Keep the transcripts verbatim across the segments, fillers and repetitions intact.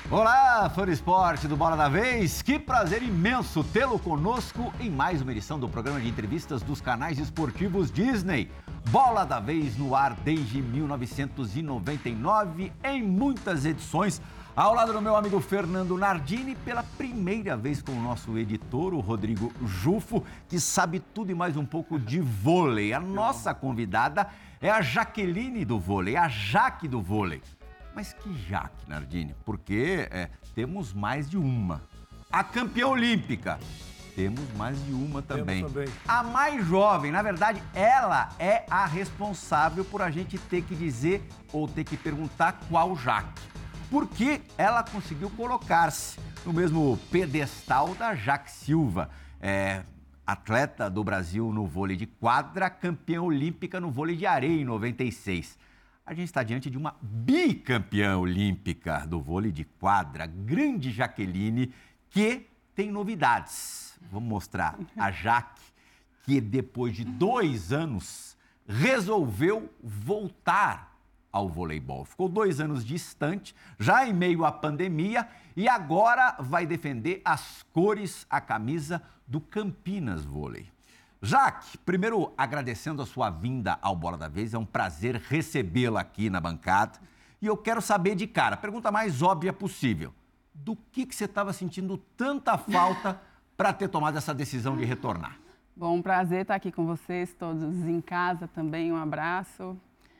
Olá, fã do esporte do Bola da Vez, que prazer imenso tê-lo conosco em mais uma edição do programa de entrevistas dos canais esportivos Disney. Bola da Vez no ar desde mil novecentos e noventa e nove, em muitas edições, ao lado do meu amigo Fernando Nardini, pela primeira vez com o nosso editor, o Rodrigo Jufo, que sabe tudo e mais um pouco de vôlei. A nossa convidada é a Jaqueline do vôlei, a Jaque do vôlei. Mas que Jaque, Nardini? Porque é, temos mais de uma. A campeã olímpica, temos mais de uma também. também. A mais jovem, na verdade, ela é a responsável por a gente ter que dizer ou ter que perguntar qual Jaque. Porque ela conseguiu colocar-se no mesmo pedestal da Jaque Silva, é, atleta do Brasil no vôlei de quadra, campeã olímpica no vôlei de areia em noventa e seis. A gente está diante de uma bicampeã olímpica do vôlei de quadra, grande Jaqueline, que tem novidades. Vamos mostrar a Jaque, que depois de dois anos resolveu voltar ao voleibol. Ficou dois anos distante, já em meio à pandemia, e agora vai defender as cores, a camisa do Campinas Vôlei. Jaque, primeiro agradecendo a sua vinda ao Bola da Vez, é um prazer recebê-la aqui na bancada. E eu quero saber de cara, a pergunta mais óbvia possível, do que, que você estava sentindo tanta falta para ter tomado essa decisão de retornar? Bom, um prazer estar aqui com vocês, todos em casa também, um abraço.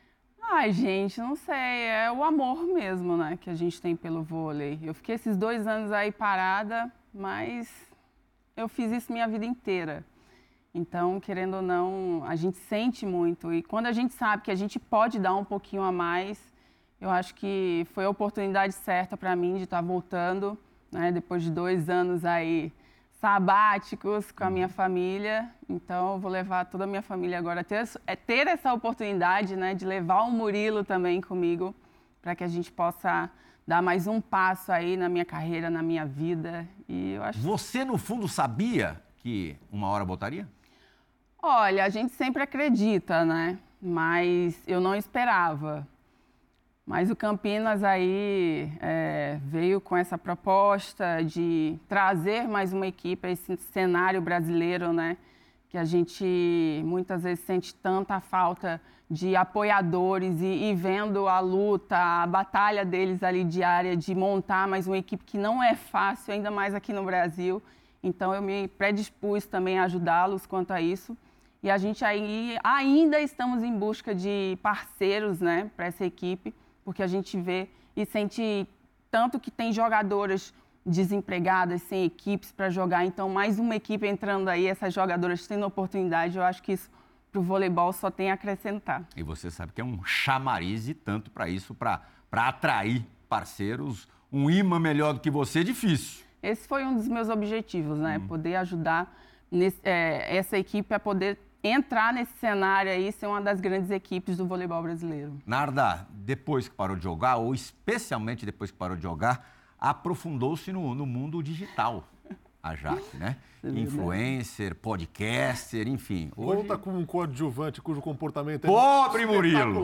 Ai, gente, não sei, é o amor mesmo, né, que a gente tem pelo vôlei. Eu fiquei esses dois anos aí parada, mas eu fiz isso minha vida inteira. Então, querendo ou não, a gente sente muito. E quando a gente sabe que a gente pode dar um pouquinho a mais, eu acho que foi a oportunidade certa para mim de estar voltando, né? Depois de dois anos aí sabáticos com a minha família. Então, eu vou levar toda a minha família agora a ter, é ter essa oportunidade, né, de levar o Murilo também comigo, para que a gente possa dar mais um passo aí na minha carreira, na minha vida. E eu acho... Você, no fundo, sabia que uma hora voltaria? Olha, a gente sempre acredita, né? Mas eu não esperava. Mas o Campinas aí é, veio com essa proposta de trazer mais uma equipe a esse cenário brasileiro, né? Que a gente muitas vezes sente tanta falta de apoiadores e, e vendo a luta, a batalha deles ali diária de montar mais uma equipe que não é fácil, ainda mais aqui no Brasil. Então, eu me predispus também a ajudá-los quanto a isso. E a gente aí ainda estamos em busca de parceiros, né, para essa equipe, porque a gente vê e sente tanto que tem jogadoras desempregadas, sem equipes para jogar. Então, mais uma equipe entrando aí, essas jogadoras tendo oportunidade, eu acho que isso para o voleibol só tem a acrescentar. E você sabe que é um chamariz e tanto para isso, para para atrair parceiros, um imã melhor do que você é difícil. Esse foi um dos meus objetivos, né? Hum. Poder ajudar nesse, é, essa equipe a poder entrar nesse cenário aí e ser uma das grandes equipes do voleibol brasileiro. Narda, depois que parou de jogar, ou especialmente depois que parou de jogar, aprofundou-se no, no mundo digital, a Jaque, né? Influencer, podcaster, enfim. Hoje... Conta com um coadjuvante cujo comportamento é Pobre Murilo!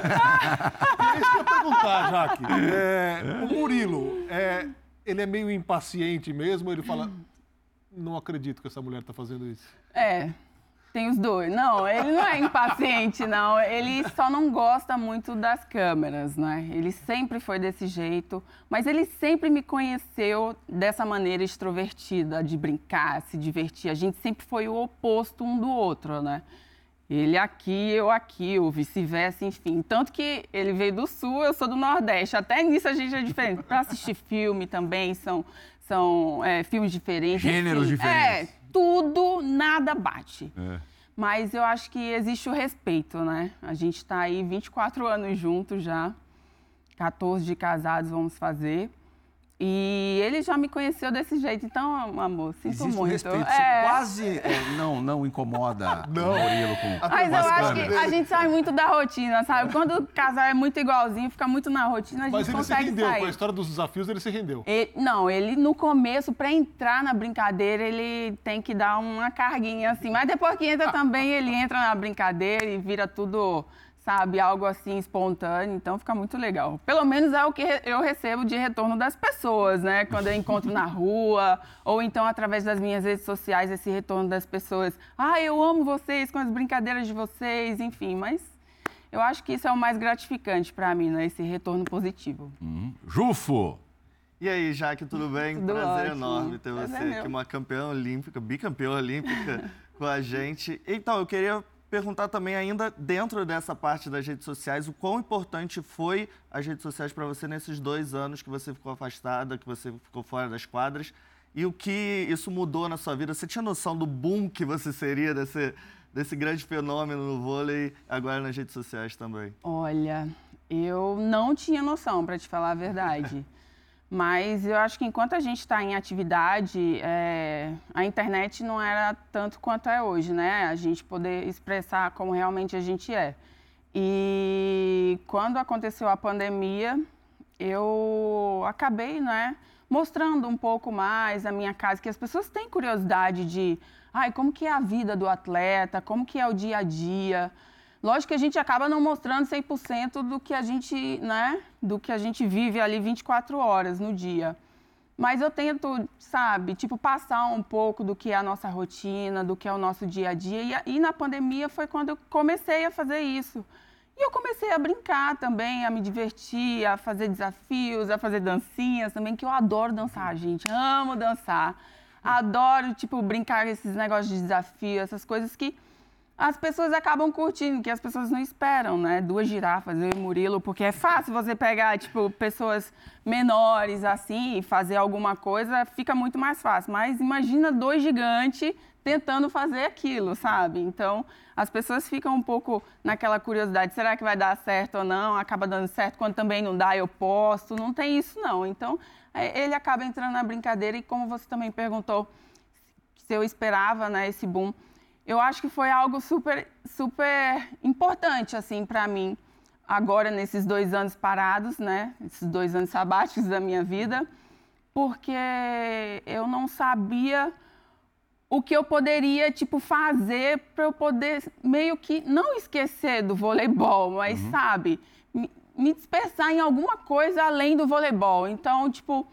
É isso que eu ia perguntar, Jaque. É, o Murilo, é... ele é meio impaciente mesmo, ele fala, não acredito que essa mulher está fazendo isso. É, tem os dois. Não, ele não é impaciente, não. Ele só não gosta muito das câmeras, né? Ele sempre foi desse jeito, mas ele sempre me conheceu dessa maneira extrovertida, de brincar, se divertir. A gente sempre foi o oposto um do outro, né? Ele aqui, eu aqui, ou vice-versa, enfim. Tanto que ele veio do Sul, eu sou do Nordeste. Até nisso a gente é diferente. Para assistir filme também, são, são é, filmes diferentes. Gêneros enfim, diferentes. É, tudo, nada bate. É. Mas eu acho que existe o respeito, né? A gente está aí vinte e quatro anos juntos já. quatorze de casados vamos fazer. E ele já me conheceu desse jeito, então, amor, sinto Existe muito. Respeito. É. Você quase é, não, não incomoda não. o Murilo com Mas com eu as acho câmeras. que a gente sai muito da rotina, sabe? Quando o casal é muito igualzinho, fica muito na rotina, a gente Mas ele se consegue rendeu, sair. com a história dos desafios, ele se rendeu. Ele, não, ele no começo, para entrar na brincadeira, ele tem que dar uma carguinha assim. Mas depois que entra também, ele entra na brincadeira e vira tudo sabe? Algo assim espontâneo, então fica muito legal. Pelo menos é o que eu recebo de retorno das pessoas, né? Quando eu encontro na rua, ou então através das minhas redes sociais, esse retorno das pessoas. Ah, eu amo vocês, com as brincadeiras de vocês, enfim, mas eu acho que isso é o mais gratificante para mim, né? Esse retorno positivo. Uhum. Jufo! E aí, Jaque, tudo bem? Tudo Prazer ótimo. enorme ter Prazer você é meu. aqui, uma campeã olímpica, bicampeã olímpica com a gente. Então, eu queria perguntar também, ainda dentro dessa parte das redes sociais, o quão importante foi as redes sociais para você nesses dois anos que você ficou afastada, que você ficou fora das quadras, e o que isso mudou na sua vida. Você tinha noção do boom que você seria desse, desse grande fenômeno no vôlei, agora nas redes sociais também? Olha, eu não tinha noção, para te falar a verdade. Mas eu acho que enquanto a gente está em atividade, é, a internet não era tanto quanto é hoje, né? A gente poder expressar como realmente a gente é. E quando aconteceu a pandemia, eu acabei, né, mostrando um pouco mais a minha casa, que as pessoas têm curiosidade de, ai, como que é a vida do atleta, como que é o dia a dia. Lógico que a gente acaba não mostrando cem por cento do que a gente, né, do que a gente vive ali vinte e quatro horas no dia. Mas eu tento, sabe, tipo, passar um pouco do que é a nossa rotina, do que é o nosso dia a dia. E, e na pandemia foi quando eu comecei a fazer isso. E eu comecei a brincar também, a me divertir, a fazer desafios, a fazer dancinhas também, que eu adoro dançar, gente. Amo dançar. Adoro, tipo, brincar com esses negócios de desafio, essas coisas que as pessoas acabam curtindo, que as pessoas não esperam, né? Duas girafas, eu e Murilo, porque é fácil você pegar, tipo, pessoas menores, assim, e fazer alguma coisa, fica muito mais fácil. Mas imagina dois gigantes tentando fazer aquilo, sabe? Então, as pessoas ficam um pouco naquela curiosidade, será que vai dar certo ou não? Acaba dando certo, quando também não dá, eu posto. Não tem isso, não. Então, ele acaba entrando na brincadeira e como você também perguntou se eu esperava, né, esse boom, eu acho que foi algo super, super importante, assim, para mim, agora, nesses dois anos parados, né? Esses dois anos sabáticos da minha vida, porque eu não sabia o que eu poderia, tipo, fazer para eu poder meio que não esquecer do voleibol, mas, uhum. sabe, me, me dispersar em alguma coisa além do voleibol. Então, tipo,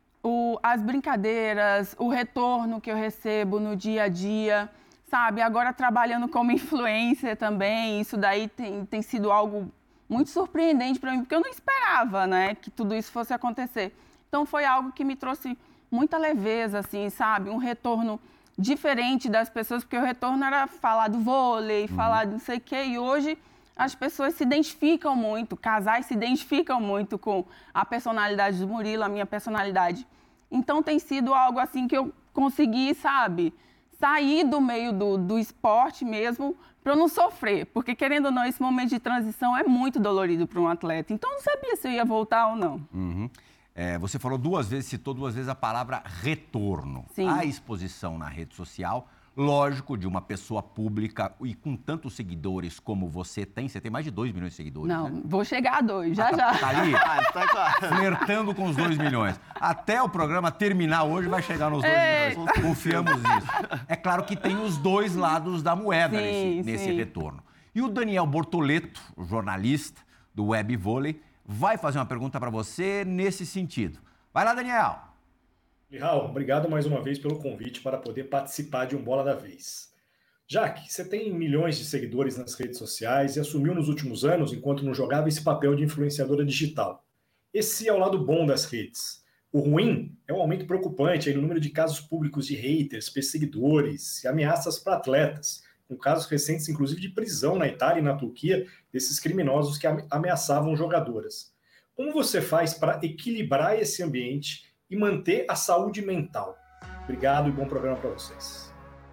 o, as brincadeiras, o retorno que eu recebo no dia a dia, sabe, agora trabalhando como influencer também, isso daí tem, tem sido algo muito surpreendente para mim, porque eu não esperava, né, que tudo isso fosse acontecer. Então, foi algo que me trouxe muita leveza, assim, sabe, um retorno diferente das pessoas, porque o retorno era falar do vôlei, uhum. falar de não sei o quê, e hoje as pessoas se identificam muito, casais se identificam muito com a personalidade do Murilo, a minha personalidade. Então, tem sido algo assim que eu consegui, sabe, sair do meio do, do esporte mesmo para eu não sofrer, porque querendo ou não, esse momento de transição é muito dolorido para um atleta. Então, eu não sabia se eu ia voltar ou não. Uhum. É, você falou duas vezes, citou duas vezes a palavra retorno. Sim. A exposição na rede social, lógico, de uma pessoa pública e com tantos seguidores como você tem, você tem mais de dois milhões de seguidores, Não, né? Vou chegar a dois, já, ah, já. Tá, tá ali, Ah, tá claro. flertando com os dois milhões. Até o programa terminar hoje vai chegar nos dois Ei. milhões. Confiamos nisso. É claro que tem os dois lados da moeda Sim, nesse, nesse sim. retorno. E o Daniel Bortoleto, jornalista do Web Vôlei, vai fazer uma pergunta para você nesse sentido. Vai lá, Daniel. Raul, obrigado mais uma vez pelo convite para poder participar de um Bola da Vez. Jaque, você tem milhões de seguidores nas redes sociais e assumiu nos últimos anos, enquanto não jogava, esse papel de influenciadora digital. Esse é o lado bom das redes. O ruim é um aumento preocupante aí no número de casos públicos de haters, perseguidores e ameaças para atletas, com casos recentes, inclusive, de prisão na Itália e na Turquia, desses criminosos que ameaçavam jogadoras. Como você faz para equilibrar esse ambiente e manter a saúde mental? Obrigado e bom programa para vocês.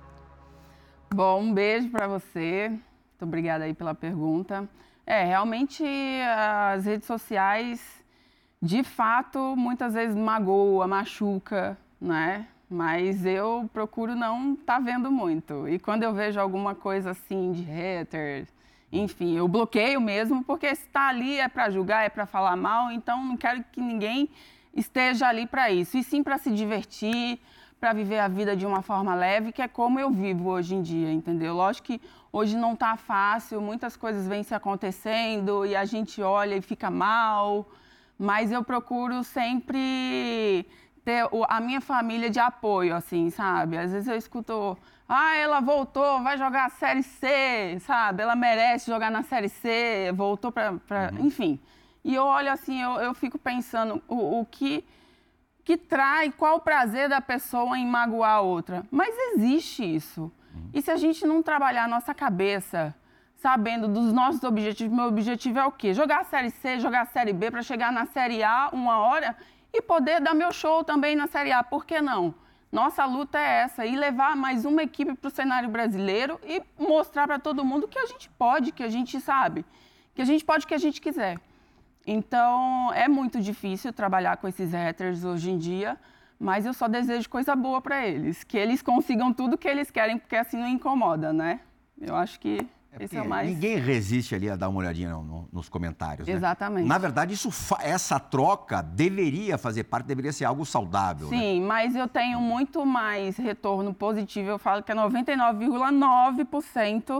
Bom, um beijo para você. Muito obrigada aí pela pergunta. É, realmente as redes sociais, de fato, muitas vezes magoa, machuca, né? Mas eu procuro não estar vendo muito. E quando eu vejo alguma coisa assim de haters, enfim, eu bloqueio mesmo, porque se está ali é para julgar, é para falar mal, então não quero que ninguém esteja ali para isso. E sim para se divertir, para viver a vida de uma forma leve, que é como eu vivo hoje em dia, entendeu? Lógico que Hoje não está fácil, muitas coisas vêm se acontecendo e a gente olha e fica mal, mas eu procuro sempre ter a minha família de apoio, assim, sabe? Às vezes eu escuto, ah, ela voltou, vai jogar a Série C, sabe? Ela merece jogar na Série C, voltou para... Uhum. Enfim. E eu olho assim, eu, eu fico pensando o, o que, que trai, qual o prazer da pessoa em magoar a outra. Mas existe isso. E se a gente não trabalhar a nossa cabeça, sabendo dos nossos objetivos, meu objetivo é o quê? Jogar a Série C, jogar a Série B para chegar na Série A uma hora e poder dar meu show também na Série A. Por que não? Nossa luta é essa, e levar mais uma equipe para o cenário brasileiro e mostrar para todo mundo que a gente pode, que a gente sabe, que a gente pode o que a gente quiser. Então, é muito difícil trabalhar com esses haters hoje em dia, mas eu só desejo coisa boa para eles, que eles consigam tudo que eles querem, porque assim não incomoda, né? Eu acho que é esse é o mais... Ninguém resiste ali a dar uma olhadinha no, no, nos comentários, né? Exatamente. Na verdade, isso fa... essa troca deveria fazer parte, deveria ser algo saudável, Sim, né? Mas eu tenho muito mais retorno positivo, eu falo que é noventa e nove vírgula nove por cento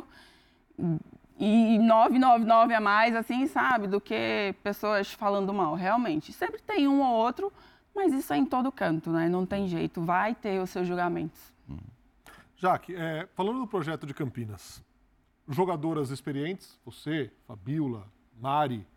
e novecentos e noventa e nove a mais, assim, sabe, do que pessoas falando mal, realmente. Sempre tem um ou outro, mas isso é em todo canto, né? Não tem jeito, vai ter os seus julgamentos. Hum. Jaque, é, falando do projeto de Campinas, jogadoras experientes, você, Fabiola, Mari,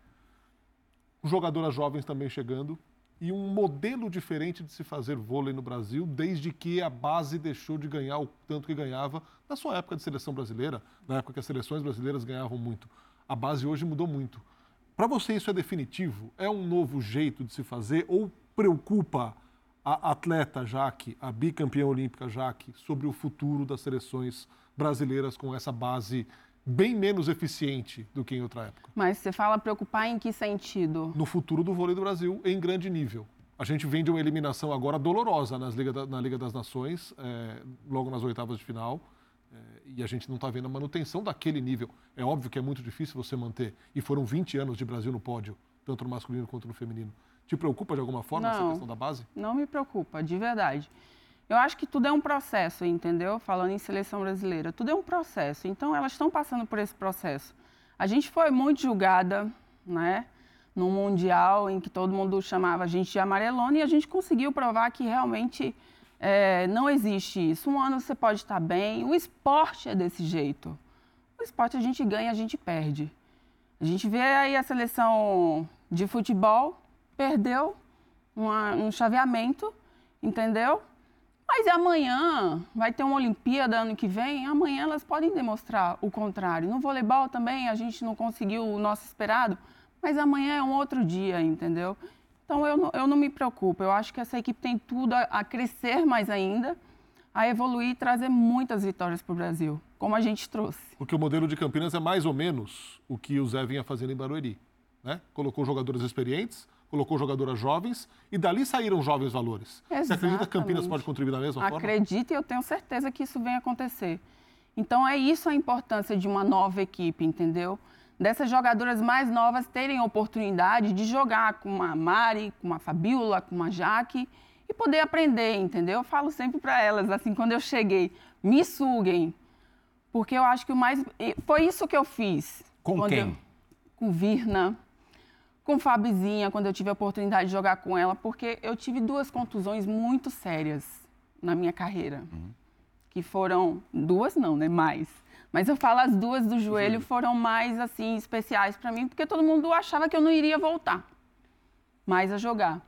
jogadoras jovens também chegando, e um modelo diferente de se fazer vôlei no Brasil, desde que a base deixou de ganhar o tanto que ganhava na sua época de seleção brasileira, na época que as seleções brasileiras ganhavam muito. A base hoje mudou muito. Para você isso é definitivo? É um novo jeito de se fazer ou preocupa a atleta Jaque, a bicampeã olímpica Jaque, sobre o futuro das seleções brasileiras com essa base bem menos eficiente do que em outra época? Mas você fala preocupar em que sentido? No futuro do vôlei do Brasil em grande nível. A gente vem de uma eliminação agora dolorosa nas Liga da, na Liga das Nações, é, logo nas oitavas de final, é, e a gente não está vendo a manutenção daquele nível. É óbvio que é muito difícil você manter, e foram vinte anos de Brasil no pódio, tanto no masculino quanto no feminino. Te preocupa de alguma forma não, essa questão da base? Não me preocupa, de verdade. Eu acho que tudo é um processo, entendeu? Falando em seleção brasileira, tudo é um processo. Então, elas estão passando por esse processo. A gente foi muito julgada, né? No Mundial, em que todo mundo chamava a gente de amarelona, e a gente conseguiu provar que realmente é, não existe isso. Um ano você pode estar bem, o esporte é desse jeito. O esporte a gente ganha, a gente perde. A gente vê aí a seleção de futebol, perdeu uma, um chaveamento, entendeu? Mas amanhã vai ter uma Olimpíada ano que vem, amanhã elas podem demonstrar o contrário. No voleibol também a gente não conseguiu o nosso esperado, mas amanhã é um outro dia, entendeu? Então eu não, eu não me preocupo, eu acho que essa equipe tem tudo a, a crescer mais ainda, a evoluir e trazer muitas vitórias para o Brasil, como a gente trouxe. Porque o modelo de Campinas é mais ou menos o que o Zé vinha fazendo em Barueri, né? Colocou jogadores experientes, colocou jogadoras jovens e dali saíram jovens valores. Exatamente. Você acredita que Campinas pode contribuir da mesma forma? Acredito e eu tenho certeza que isso vem acontecer. Então é isso a importância de uma nova equipe, entendeu? Dessas jogadoras mais novas terem a oportunidade de jogar com uma Mari, com uma Fabiola, com uma Jaque e poder aprender, entendeu? Eu falo sempre para elas, assim, quando eu cheguei, me suguem, porque eu acho que o mais... Foi isso que eu fiz. Com quem? Eu... Com Virna, com Fabizinha, quando eu tive a oportunidade de jogar com ela, porque eu tive duas contusões muito sérias na minha carreira, uhum. que foram... Duas não, né? Mais. Mas eu falo, as duas do joelho foram mais, assim, especiais para mim, porque todo mundo achava que eu não iria voltar mais a jogar.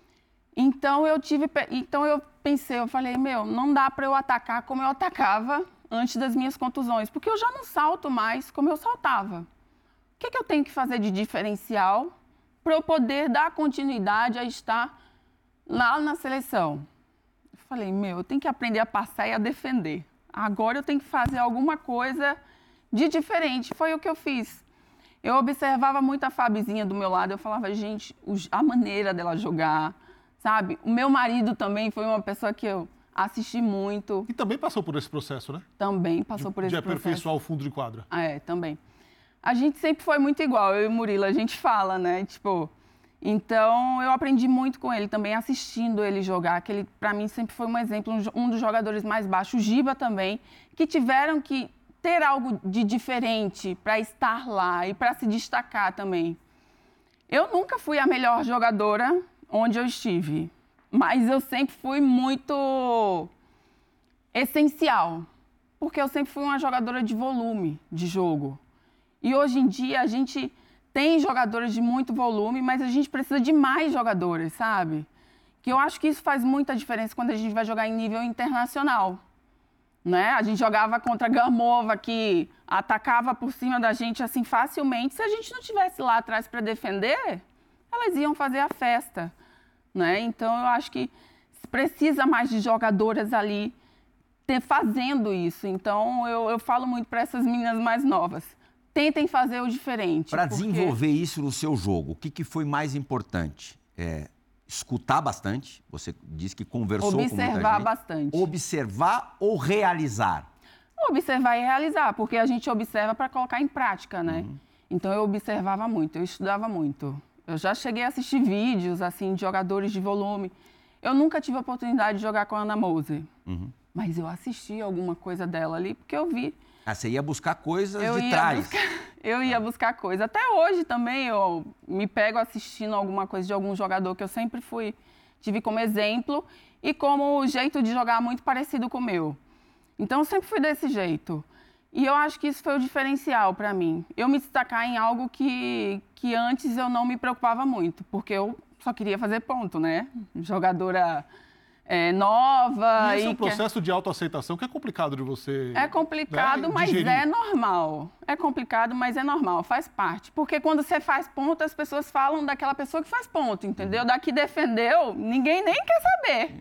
Então eu tive... Então eu pensei, eu falei, meu, não dá para eu atacar como eu atacava antes das minhas contusões, porque eu já não salto mais como eu saltava. O que, que eu tenho que fazer de diferencial para eu poder dar continuidade a estar lá na seleção? Eu falei, meu, eu tenho que aprender a passar e a defender. Agora eu tenho que fazer alguma coisa de diferente. Foi o que eu fiz. Eu observava muito a Fabizinha do meu lado. Eu falava, gente, a maneira dela jogar, sabe? O meu marido também foi uma pessoa que eu assisti muito. E também passou por esse processo, né? Também passou de, por esse de processo. De aperfeiçoar o fundo de quadra. Ah, é, também. A gente sempre foi muito igual, eu e o Murilo. A gente fala, né? Tipo... Então, eu aprendi muito com ele também, assistindo ele jogar, que ele, para mim, sempre foi um exemplo, um dos jogadores mais baixos, o Giba também, que tiveram que ter algo de diferente para estar lá e para se destacar também. Eu nunca fui a melhor jogadora onde eu estive, mas eu sempre fui muito essencial, porque eu sempre fui uma jogadora de volume de jogo. E hoje em dia a gente tem jogadoras de muito volume, mas a gente precisa de mais jogadoras, sabe? Que eu acho que isso faz muita diferença quando a gente vai jogar em nível internacional. Né? A gente jogava contra a Gamova, que atacava por cima da gente assim facilmente. Se a gente não estivesse lá atrás para defender, elas iam fazer a festa. Né? Então, eu acho que precisa mais de jogadoras ali ter, fazendo isso. Então, eu, eu falo muito para essas meninas mais novas. Tentem fazer o diferente. Para porque... desenvolver isso no seu jogo, o que, que foi mais importante? É... Escutar bastante, você disse que conversou com muita gente. Observar bastante. Observar ou realizar? Observar e realizar, porque a gente observa para colocar em prática, né? Uhum. Então, eu observava muito, eu estudava muito. Eu já cheguei a assistir vídeos, assim, de jogadores de volume. Eu nunca tive a oportunidade de jogar com a Ana Moser, uhum. mas eu assisti alguma coisa dela ali, porque eu vi. Ah, você ia buscar coisas eu de ia trás. Buscar, eu ia buscar coisas. Até hoje também eu me pego assistindo alguma coisa de algum jogador que eu sempre fui, tive como exemplo e como jeito de jogar muito parecido com o meu. Então, eu sempre fui desse jeito. E eu acho que isso foi o diferencial para mim. Eu me destacar em algo que, que antes eu não me preocupava muito, porque eu só queria fazer ponto, né? Jogadora... É, nova. E esse e é um processo que... de autoaceitação que é complicado de você... É complicado, né, mas digerir. É normal. É complicado, mas é normal, faz parte. Porque quando você faz ponto, as pessoas falam daquela pessoa que faz ponto, entendeu? Daqui defendeu, ninguém nem quer saber.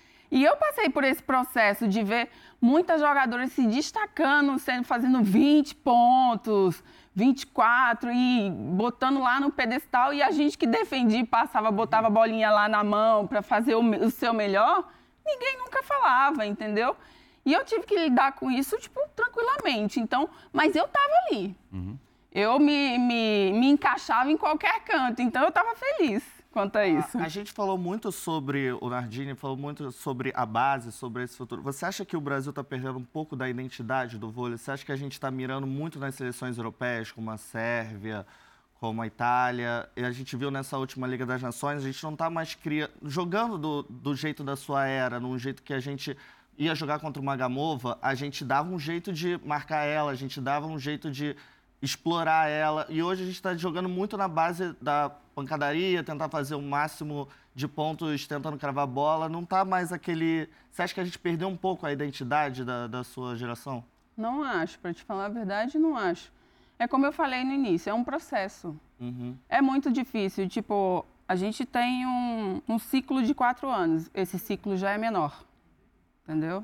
E eu passei por esse processo de ver muitas jogadoras se destacando, sendo, fazendo vinte pontos, vinte e quatro e botando lá no pedestal, e a gente que defendia, passava, botava a bolinha lá na mão para fazer o, o seu melhor, ninguém nunca falava, entendeu? E eu tive que lidar com isso, tipo, tranquilamente. Então, mas eu tava ali. Uhum. Eu me, me, me encaixava em qualquer canto, então eu tava feliz quanto a isso. A, a gente falou muito sobre o Nardini, falou muito sobre a base, sobre esse futuro. Você acha que o Brasil está perdendo um pouco da identidade do vôlei? Você acha que a gente está mirando muito nas seleções europeias, como a Sérvia, como a Itália? E a gente viu nessa última Liga das Nações, a gente não está mais cria... jogando do, do jeito da sua era, num jeito que a gente ia jogar contra uma Gamova, a gente dava um jeito de marcar ela, a gente dava um jeito de explorar ela. E hoje a gente está jogando muito na base da pancadaria, tentar fazer o máximo de pontos tentando cravar a bola. Não está mais aquele... Você acha que a gente perdeu um pouco a identidade da, da sua geração? Não acho. Para te falar a verdade, não acho. É como eu falei no início, é um processo. Uhum. É muito difícil. Tipo, a gente tem um, um ciclo de quatro anos. Esse ciclo já é menor. Entendeu?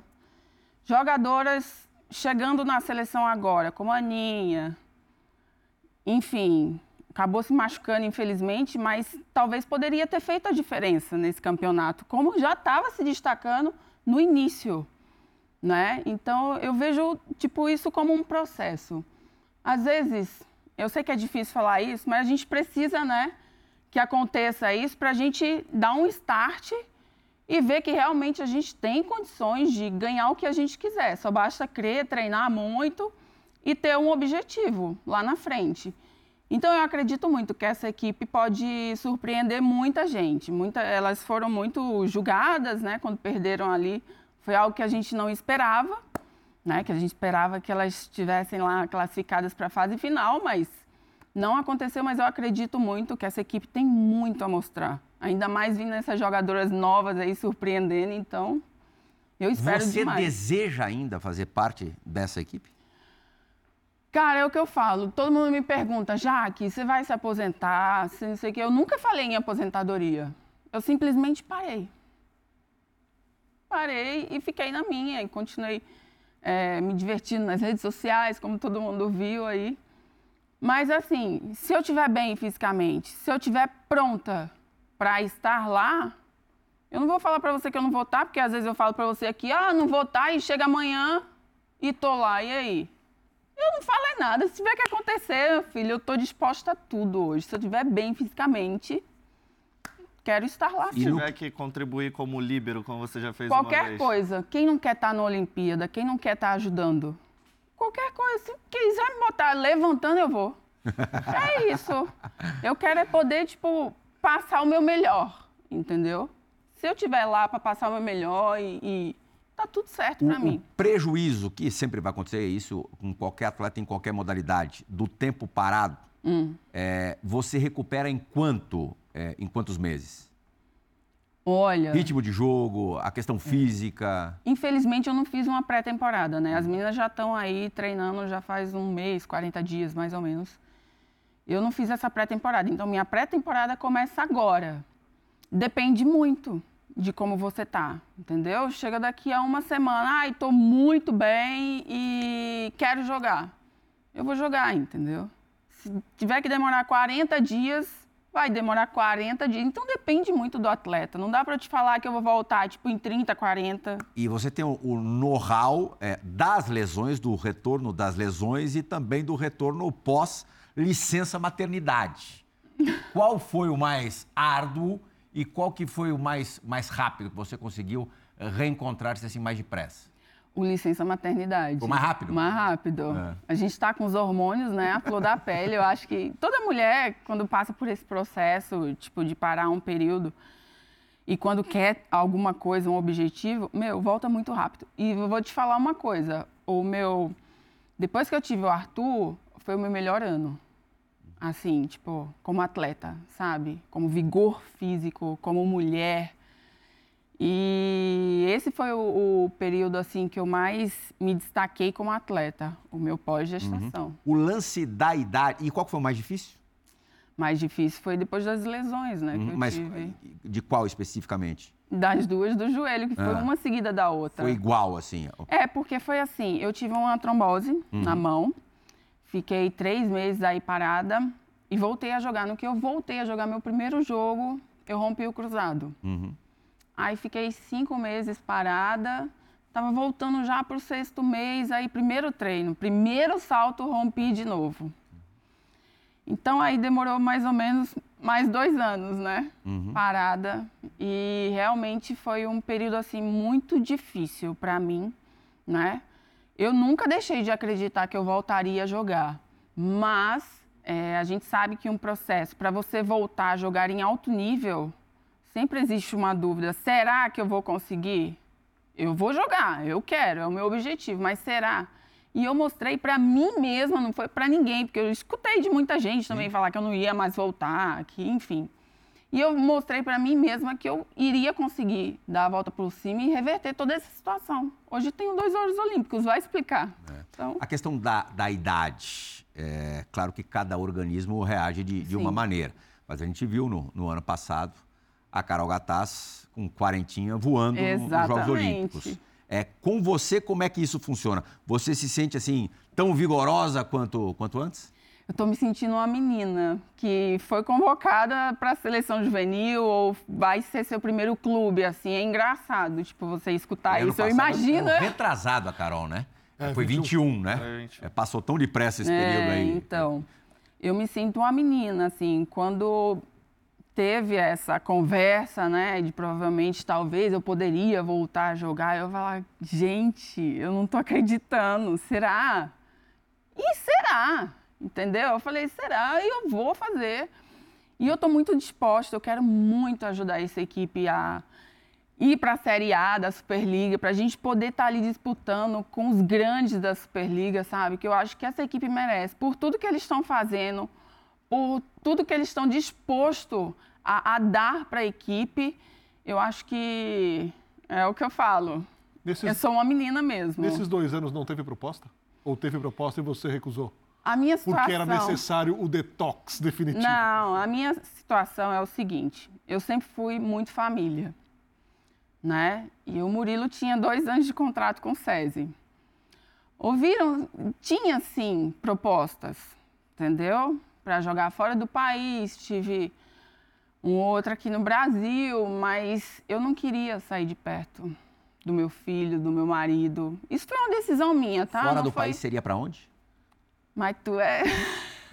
Jogadoras chegando na seleção agora, como a Aninha, enfim, acabou se machucando, infelizmente, mas talvez poderia ter feito a diferença nesse campeonato, como já estava se destacando no início, né? Então, eu vejo, tipo, isso como um processo. Às vezes, eu sei que é difícil falar isso, mas a gente precisa, né, que aconteça isso para a gente dar um start e ver que realmente a gente tem condições de ganhar o que a gente quiser. Só basta crer, treinar muito e ter um objetivo lá na frente. Então, eu acredito muito que essa equipe pode surpreender muita gente. Muita, elas foram muito julgadas, né, quando perderam ali. Foi algo que a gente não esperava, né, que a gente esperava que elas estivessem lá classificadas para a fase final, mas não aconteceu. Mas eu acredito muito que essa equipe tem muito a mostrar. Ainda mais vindo essas jogadoras novas aí surpreendendo, então eu espero Você demais. Você deseja ainda fazer parte dessa equipe? Cara, é o que eu falo. Todo mundo me pergunta, Jaque, você vai se aposentar? Você não sei o quê. Eu nunca falei em aposentadoria. Eu simplesmente parei. Parei e fiquei na minha e continuei é, me divertindo nas redes sociais, como todo mundo viu aí. Mas assim, se eu estiver bem fisicamente, se eu estiver pronta para estar lá, eu não vou falar para você que eu não vou estar, porque às vezes eu falo para você aqui, ah, não vou estar, e chega amanhã e tô lá, e aí? Eu não falo é nada. Se tiver que acontecer, meu filho, eu tô disposta a tudo hoje. Se eu estiver bem fisicamente, quero estar lá. Se tiver que contribuir como líbero, como você já fez uma vez. Qualquer coisa. Quem não quer estar na Olimpíada? Quem não quer estar ajudando? qualquer coisa, se quiser me botar levantando, eu vou. É isso. Eu quero é poder, tipo, passar o meu melhor, entendeu? Se eu estiver lá para passar o meu melhor e, e tá tudo certo para mim. O prejuízo que sempre vai acontecer, isso com qualquer atleta em qualquer modalidade, do tempo parado, hum. é, você recupera em quanto, é, em quantos meses? Olha... Ritmo de jogo, a questão física... Infelizmente, eu não fiz uma pré-temporada, né? As meninas já estão aí treinando já faz um mês, quarenta dias, mais ou menos. Eu não fiz essa pré-temporada, então minha pré-temporada começa agora. Depende muito de como você tá, entendeu? Chega daqui a uma semana, ai, tô muito bem e quero jogar. Eu vou jogar, entendeu? Se tiver que demorar quarenta dias... vai demorar quarenta dias, então depende muito do atleta. Não dá para te falar que eu vou voltar, tipo, em trinta, quarenta. E você tem o, o know-how é, das lesões, do retorno das lesões e também do retorno pós-licença maternidade. Qual foi o mais árduo e qual que foi o mais, mais rápido que você conseguiu reencontrar-se assim mais depressa? O licença maternidade. Foi mais rápido? Mais rápido. É. A gente está com os hormônios, né, a flor da pele. Eu acho que toda mulher, quando passa por esse processo, tipo, de parar um período, e quando quer alguma coisa, um objetivo, meu, volta muito rápido. E eu vou te falar uma coisa, o meu... Depois que eu tive o Arthur, foi o meu melhor ano. Assim, tipo, como atleta, sabe? Como vigor físico, como mulher... E esse foi o, o período assim que eu mais me destaquei como atleta, o meu pós-gestação. Uhum. O lance da idade, e qual que foi o mais difícil? Mais difícil foi depois das lesões, né? Uhum. Que eu Mas tive. De qual especificamente? Das duas do joelho, que foi ah. uma seguida da outra. Foi igual, assim? É, porque foi assim, eu tive uma trombose uhum. na mão, fiquei três meses aí parada e voltei a jogar. No que eu voltei a jogar meu primeiro jogo, eu rompi o cruzado. Uhum. Aí fiquei cinco meses parada, estava voltando já para o sexto mês, aí primeiro treino, primeiro salto, rompi de novo. Então aí demorou mais ou menos mais dois anos, né, uhum. parada. E realmente foi um período assim muito difícil para mim, né. Eu nunca deixei de acreditar que eu voltaria a jogar, mas é, a gente sabe que um processo para você voltar a jogar em alto nível... Sempre existe uma dúvida, será que eu vou conseguir? Eu vou jogar, eu quero, é o meu objetivo, mas será? E eu mostrei para mim mesma, não foi para ninguém, porque eu escutei de muita gente também Sim. falar que eu não ia mais voltar, que enfim. E eu mostrei para mim mesma que eu iria conseguir dar a volta por cima e reverter toda essa situação. Hoje tenho dois ouros olímpicos, vai explicar. É. Então... A questão da, da idade, é claro que cada organismo reage de, de uma maneira, mas a gente viu no, no ano passado a Carol Gataz com quarentinha voando nos Jogos Olímpicos. É, com você, como é que isso funciona? Você se sente, assim, tão vigorosa quanto, quanto antes? Eu estou me sentindo uma menina que foi convocada para a seleção juvenil ou vai ser seu primeiro clube, assim. É engraçado, tipo, você escutar é, isso. Eu imagino... É retrasado a Carol, né? É, foi vinte e um, né? É, vinte e um. É, passou tão depressa esse é, período aí. Então, eu me sinto uma menina, assim, quando... teve essa conversa, né, de provavelmente, talvez, eu poderia voltar a jogar. Eu falar, gente, eu não tô acreditando, será? E será? Entendeu? Eu falei, será? E eu vou fazer. E eu tô muito disposta, eu quero muito ajudar essa equipe a ir para a Série A da Superliga, para a gente poder estar tá ali disputando com os grandes da Superliga, sabe? Que eu acho que essa equipe merece, por tudo que eles estão fazendo, por tudo que eles estão dispostos a, a dar para a equipe, eu acho que é o que eu falo. Nesses, eu sou uma menina mesmo. Nesses dois anos não teve proposta? Ou teve proposta e você recusou? A minha situação... Porque era necessário o detox definitivo. Não, a minha situação é o seguinte, eu sempre fui muito família, né? E o Murilo tinha dois anos de contrato com o SESI. Ouviram? Tinha, sim, propostas, entendeu? Para jogar fora do país, tive um outro aqui no Brasil, mas eu não queria sair de perto do meu filho, do meu marido. Isso foi uma decisão minha, tá? Fora não do foi... país seria para onde? Mas tu é...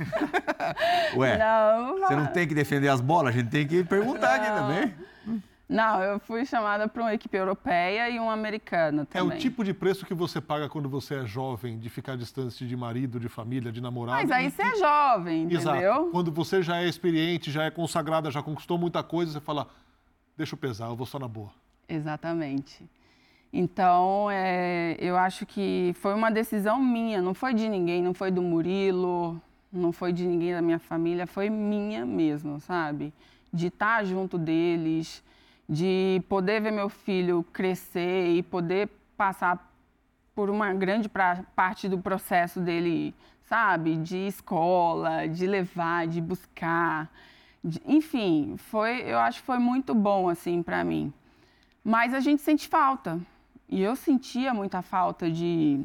Ué, não, você não tem que defender as bolas, a gente tem que perguntar não. aqui também. Não, eu fui chamada para uma equipe europeia e uma americana também. É o tipo de preço que você paga quando você é jovem, de ficar distante de marido, de família, de namorado. Mas aí você é jovem, entendeu? Exato. Quando você já é experiente, já é consagrada, já conquistou muita coisa, você fala, deixa eu pesar, eu vou só na boa. Exatamente. Então, é, eu acho que foi uma decisão minha, não foi de ninguém, não foi do Murilo, não foi de ninguém da minha família, foi minha mesmo, sabe? De estar junto deles, de poder ver meu filho crescer e poder passar por uma grande pra, parte do processo dele, sabe? De escola, de levar, de buscar, de, enfim, foi, eu acho que foi muito bom, assim, para mim. Mas a gente sente falta. E eu sentia muita falta de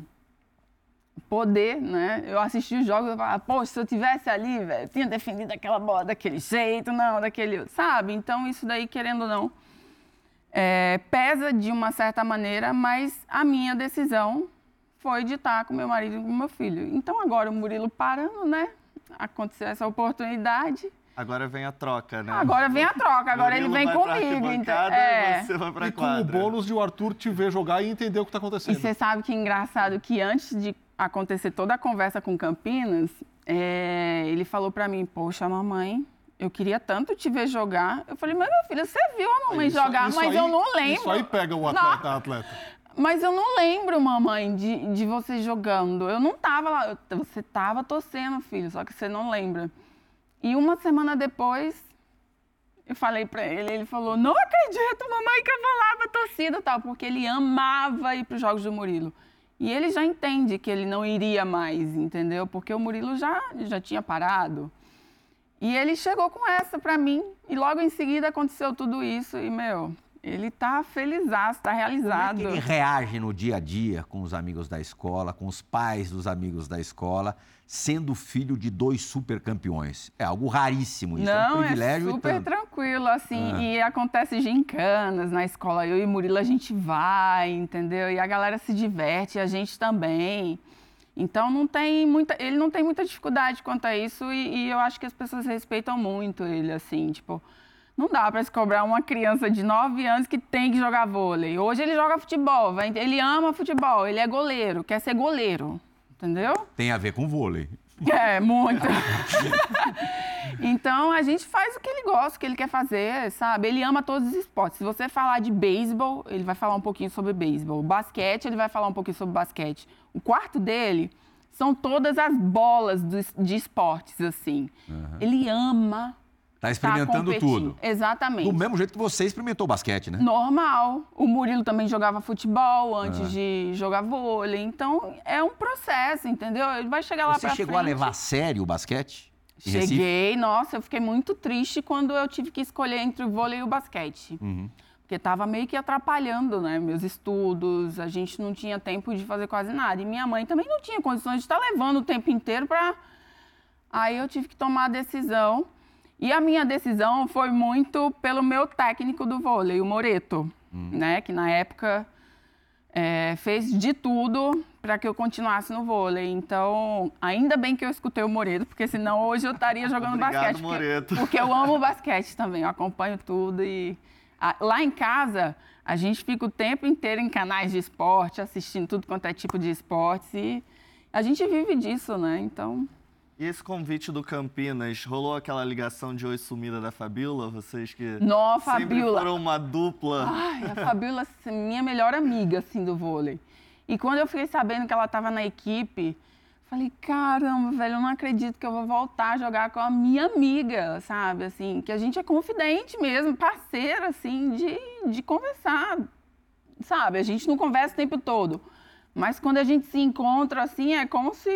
poder, né? Eu assistia os jogos e falava, poxa, se eu tivesse ali, velho, eu tinha defendido aquela bola daquele jeito, não, daquele... Sabe? Então, isso daí, querendo ou não, é, pesa de uma certa maneira, mas a minha decisão foi de estar com meu marido e com meu filho. Então, agora o Murilo parando, né? Aconteceu essa oportunidade... Agora vem a troca, né? Agora vem a troca, agora Murilo ele vem comigo. Então, é. Você vai pra e com quadra. o bônus de o Arthur te ver jogar e entender o que está acontecendo. E você sabe que é engraçado que antes de acontecer toda a conversa com Campinas, é, ele falou pra mim, poxa, mamãe, eu queria tanto te ver jogar. Eu falei, mas meu filho, você viu a mamãe Isso- jogar, isso mas aí- eu não lembro. Isso aí pega o atleta. atleta. Mas eu não lembro, mamãe, de, de você jogando. Eu não tava lá. Eu- você tava torcendo, filho, só que você não lembra. E uma semana depois, eu falei pra ele, ele falou, não acredito, mamãe, que eu vou lá pra torcida e tal, porque ele amava ir pros jogos do Murilo. E ele já entende que ele não iria mais, entendeu? Porque o Murilo já, já tinha parado. E ele chegou com essa pra mim, e logo em seguida aconteceu tudo isso, e, meu, ele tá felizaço, tá realizado. Como é que ele reage no dia a dia com os amigos da escola, com os pais dos amigos da escola, sendo filho de dois super campeões? É algo raríssimo, isso Não, é um privilégio é e super tanto. tranquilo, assim, Ah. e acontece gincanas na escola, eu e Murilo a gente vai, entendeu? E a galera se diverte, a gente também. Então não tem muita, ele não tem muita dificuldade quanto a isso e, e eu acho que as pessoas respeitam muito ele, assim, tipo, não dá para se cobrar uma criança de nove anos que tem que jogar vôlei. Hoje ele joga futebol, vai- ele ama futebol, ele é goleiro, quer ser goleiro, entendeu? Tem a ver com vôlei. É, muito. Então, a gente faz o que ele gosta, o que ele quer fazer, sabe? Ele ama todos os esportes. Se você falar de beisebol, ele vai falar um pouquinho sobre beisebol. Basquete, ele vai falar um pouquinho sobre basquete. O quarto dele são todas as bolas do- de esportes, assim. Ele ama Tá estar experimentando competindo. tudo. Exatamente. Do mesmo jeito que você experimentou basquete, né? Normal. O Murilo também jogava futebol antes Ah. de jogar vôlei. Então, é um processo, entendeu? Ele vai chegar lá Você pra chegou frente. a levar a sério o basquete? Em Recife? Cheguei, nossa, eu fiquei muito triste quando eu tive que escolher entre o vôlei e o basquete. Uhum. Porque estava meio que atrapalhando, né, meus estudos, a gente não tinha tempo de fazer quase nada. E minha mãe também não tinha condições de estar levando o tempo inteiro para... Aí eu tive que tomar a decisão. E a minha decisão foi muito pelo meu técnico do vôlei, o Moreto, né, que na época é, fez de tudo para que eu continuasse no vôlei. Então, ainda bem que eu escutei o Moreto, porque senão hoje eu estaria jogando Obrigado, basquete. Moreto. Porque, porque eu amo basquete também, eu acompanho tudo. E a- lá em casa, a gente fica o tempo inteiro em canais de esporte, assistindo tudo quanto é tipo de esportes. E a gente vive disso, né? Então... E esse convite do Campinas, rolou aquela ligação de oi sumida da Fabiola? Vocês que Nó, sempre Fabiola. foram uma dupla. Ai, a Fabiola, assim, minha melhor amiga, assim, do vôlei. E quando eu fiquei sabendo que ela estava na equipe, falei, caramba, velho, eu não acredito que eu vou voltar a jogar com a minha amiga, sabe? Assim, que a gente é confidente mesmo, parceira, assim, de, de conversar, sabe? A gente não conversa o tempo todo. Mas quando a gente se encontra, assim, é como se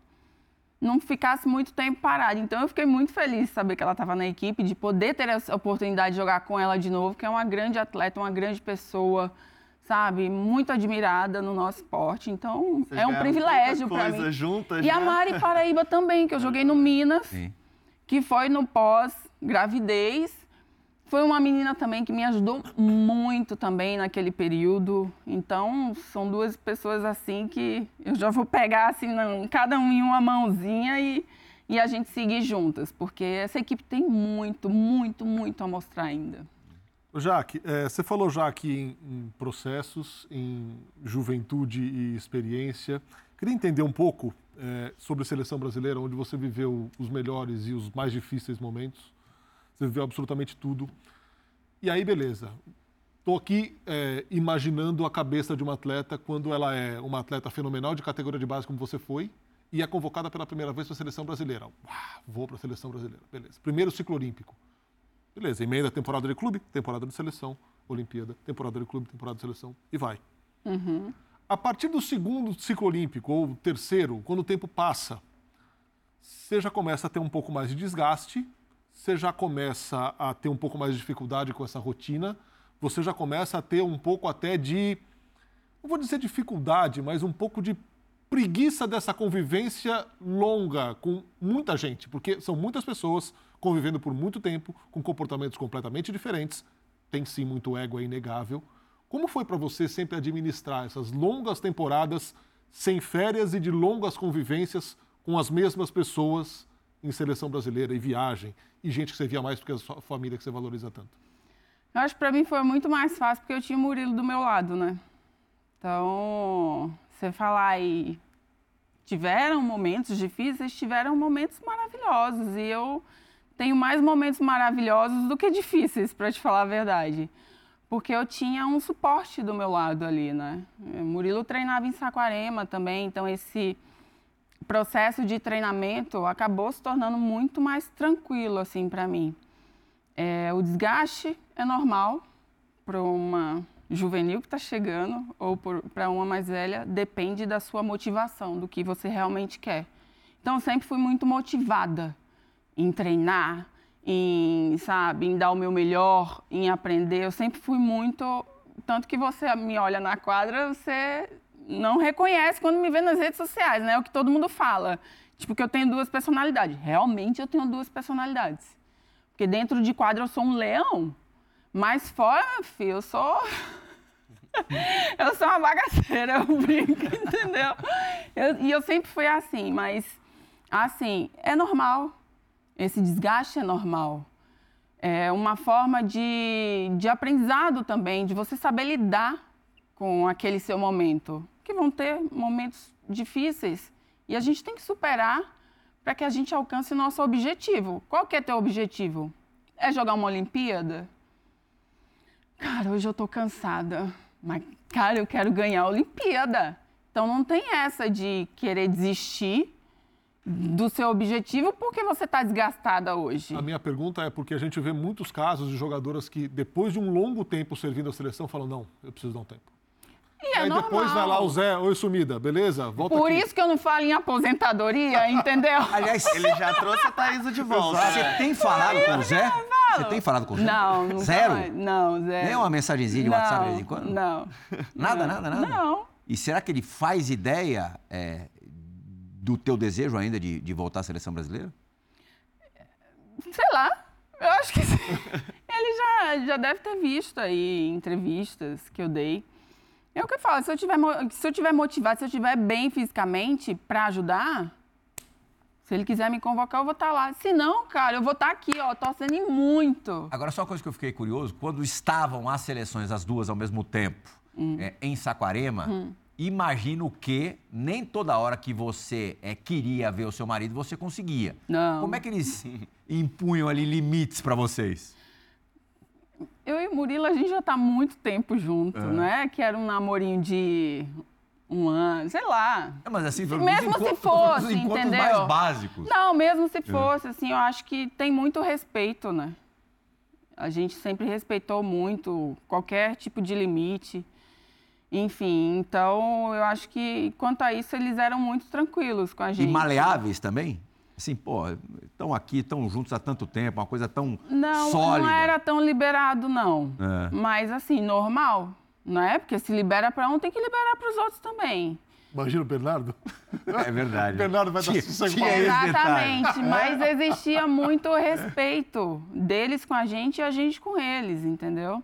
não ficasse muito tempo parado. Então, eu fiquei muito feliz de saber que ela estava na equipe, de poder ter essa oportunidade de jogar com ela de novo, que é uma grande atleta, uma grande pessoa, sabe? Muito admirada no nosso esporte. Então, Vocês é um ganharam privilégio tanta para coisa mim. juntas, E a né? Mari Paraíba também, que eu joguei no Minas, Sim. que foi no pós-gravidez. Foi uma menina também que me ajudou muito também naquele período. Então, são duas pessoas assim que eu já vou pegar assim, não, cada um em uma mãozinha e, e a gente seguir juntas. Porque essa equipe tem muito, muito, muito a mostrar ainda. Jaque, é, você falou já aqui em, em processos, em juventude e experiência. Queria entender um pouco é, sobre a seleção brasileira, onde você viveu os melhores e os mais difíceis momentos. Você viveu absolutamente tudo. E aí, beleza. Estou aqui é, imaginando a cabeça de uma atleta quando ela é uma atleta fenomenal de categoria de base, como você foi, e é convocada pela primeira vez para a seleção brasileira. Uau, vou para a seleção brasileira. Beleza. Primeiro ciclo olímpico. Beleza. Emenda temporada de clube, temporada de seleção, Olimpíada, temporada de clube, temporada de seleção, e vai. Uhum. A partir do segundo ciclo olímpico, ou terceiro, quando o tempo passa, você já começa a ter um pouco mais de desgaste, você já começa a ter um pouco mais de dificuldade com essa rotina, você já começa a ter um pouco até de, não vou dizer dificuldade, mas um pouco de preguiça dessa convivência longa com muita gente, porque são muitas pessoas convivendo por muito tempo, com comportamentos completamente diferentes, tem sim muito ego, é inegável. Como foi para você sempre administrar essas longas temporadas sem férias e de longas convivências com as mesmas pessoas em seleção brasileira e viagem, e gente que você via mais porque é a sua família que você valoriza tanto? Eu acho que para mim foi muito mais fácil porque eu tinha o Murilo do meu lado, né? Então, você falar aí, tiveram momentos difíceis, tiveram momentos maravilhosos. E eu tenho mais momentos maravilhosos do que difíceis, para te falar a verdade. Porque eu tinha um suporte do meu lado ali, né? O Murilo treinava em Saquarema também, então esse processo de treinamento acabou se tornando muito mais tranquilo, assim, para mim. É, o desgaste é normal para uma juvenil que está chegando ou para uma mais velha, depende da sua motivação, do que você realmente quer. Então, eu sempre fui muito motivada em treinar, em, sabe, em dar o meu melhor, em aprender. Eu sempre fui muito... Tanto que você me olha na quadra, você não reconhece quando me vê nas redes sociais, né? É o que todo mundo fala. Tipo, que eu tenho duas personalidades. Realmente, eu tenho duas personalidades. Porque dentro de quadra eu sou um leão, mas fora, filho, eu sou... eu sou uma bagaceira, eu brinco, entendeu? Eu, e eu sempre fui assim, mas, assim, é normal. Esse desgaste é normal. É uma forma de, de aprendizado também, de você saber lidar com aquele seu momento. Que vão ter momentos difíceis e a gente tem que superar para que a gente alcance o nosso objetivo. Qual que é teu objetivo? É jogar uma Olimpíada? Cara, hoje eu tô cansada, mas, cara, eu quero ganhar a Olimpíada. Então, não tem essa de querer desistir do seu objetivo porque você está desgastada hoje. A minha pergunta é porque a gente vê muitos casos de jogadoras que, depois de um longo tempo servindo a seleção, falam, não, eu preciso dar um tempo. E é aí normal. Depois vai lá o Zé, oi sumida, beleza? Volta Por aqui. isso que eu não falo em aposentadoria, entendeu? Aliás, Ele já trouxe a Thaísa de volta. você né? tem falado com o Zé? Você tem falado com o Zé? Não, não. Zero? Vai. Não, zero. Nem uma mensagenzinha de não, WhatsApp de vez em quando? Não. Nada, não. nada, nada? Não. E será que ele faz ideia é, do teu desejo ainda de, de voltar à seleção brasileira? Sei lá. Eu acho que sim. Ele já, já deve ter visto aí entrevistas que eu dei. É o que eu falo, se eu tiver, se eu tiver motivado, se eu estiver bem fisicamente para ajudar, se ele quiser me convocar, eu vou estar lá. Se não, cara, eu vou estar aqui, ó, torcendo em muito. Agora, só uma coisa que eu fiquei curioso, quando estavam as seleções, as duas ao mesmo tempo, hum. é, em Saquarema, hum. imagino que nem toda hora que você é, queria ver o seu marido, você conseguia. Não. Como é que eles impunham ali limites para vocês? Eu e o Murilo, a gente já está há muito tempo junto, é. não é? Que era um namorinho de um ano, sei lá. É, mas assim, mesmo se fosse, os encontros entendeu? mais básicos. Não, mesmo se fosse, é. assim, eu acho que tem muito respeito, né? A gente sempre respeitou muito qualquer tipo de limite. Enfim, então eu acho que quanto a isso eles eram muito tranquilos com a gente. E maleáveis também? Assim, pô, estão aqui, estão juntos há tanto tempo, uma coisa tão não, sólida. Não era tão liberado, não. É. Mas, assim, normal, não é? Porque se libera para um, tem que liberar para os outros também. Imagina o Bernardo. É verdade. O Bernardo vai dar sossego. Exatamente, mas existia muito respeito deles com a gente e a gente com eles, entendeu? Uhum.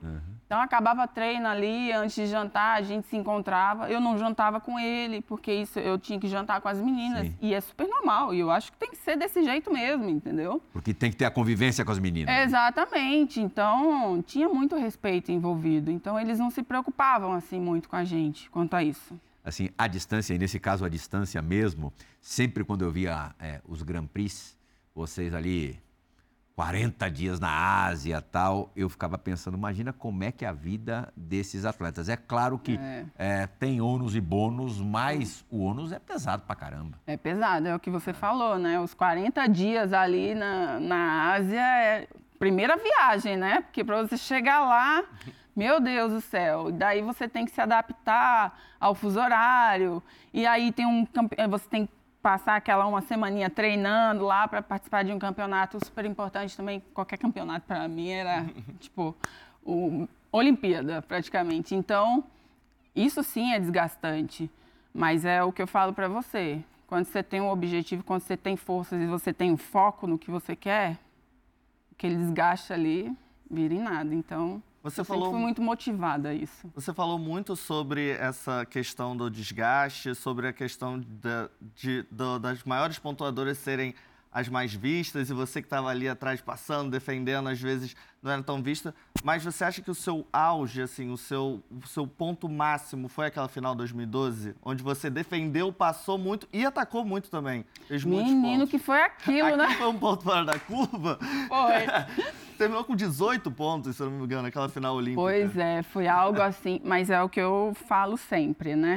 Então, acabava treino ali, antes de jantar, a gente se encontrava. Eu não jantava com ele, porque isso eu tinha que jantar com as meninas. Sim. E é super normal. E eu acho que tem que ser desse jeito mesmo, entendeu? Porque tem que ter a convivência com as meninas. Exatamente. Então, tinha muito respeito envolvido. Então, eles não se preocupavam, assim, muito com a gente quanto a isso. Assim, a distância, e nesse caso a distância mesmo, sempre quando eu via é, os Grand Prix, vocês ali... quarenta dias na Ásia e tal, eu ficava pensando, imagina como é que é a vida desses atletas. É claro que é. É, tem ônus e bônus, mas o ônus é pesado pra caramba. É pesado, é o que você falou, né? Os quarenta dias ali na, na Ásia é primeira viagem, né? Porque para você chegar lá, meu Deus do céu, daí você tem que se adaptar ao fuso horário, e aí tem um você tem que passar aquela uma semaninha treinando lá para participar de um campeonato super importante também. Qualquer campeonato para mim era, tipo, o, Olimpíada, praticamente. Então, isso sim é desgastante. Mas é o que eu falo para você. Quando você tem um objetivo, quando você tem forças e você tem um foco no que você quer, aquele desgaste ali vira em nada. Então... Você eu falou, sempre fui muito motivada a isso. Você falou muito sobre essa questão do desgaste, sobre a questão de, de, de, das maiores pontuadoras serem as mais vistas, e você que estava ali atrás passando, defendendo, às vezes não era tão vista. Mas você acha que o seu auge, assim, o seu, o seu ponto máximo foi aquela final dois mil e doze, onde você defendeu, passou muito e atacou muito também? Fez Menino, que foi aquilo, aquilo né? Foi um ponto fora da curva? Foi. Terminou com dezoito pontos, se eu não me engano, aquela final olímpica. Pois é, foi algo assim, mas é o que eu falo sempre, né?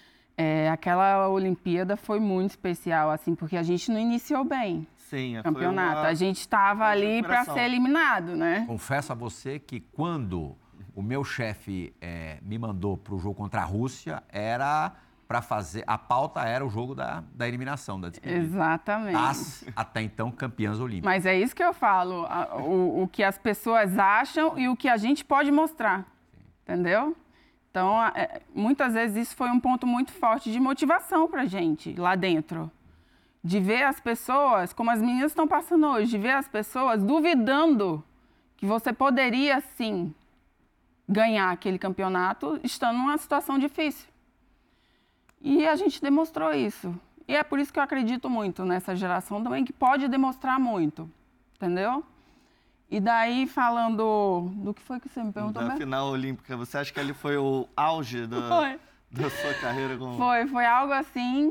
É, aquela Olimpíada foi muito especial, assim, porque a gente não iniciou bem. Sim, o campeonato. Uma... A gente estava ali para ser eliminado, né? Confesso a você que quando o meu chefe é, me mandou para o jogo contra a Rússia, era para fazer... A pauta era o jogo da, da eliminação, da despedida. Exatamente. As, até então, campeãs olímpicas. Mas é isso que eu falo, a, o, o que as pessoas acham e o que a gente pode mostrar, sim, entendeu? Então, é, muitas vezes isso foi um ponto muito forte de motivação para a gente lá dentro. De ver as pessoas, como as meninas estão passando hoje, de ver as pessoas duvidando que você poderia, sim, ganhar aquele campeonato estando numa situação difícil. E a gente demonstrou isso. E é por isso que eu acredito muito nessa geração também, que pode demonstrar muito, entendeu? E daí, falando do que foi que você me perguntou da mesmo? Final olímpica, você acha que ali foi o auge da, da sua carreira? Como... Foi, foi algo assim...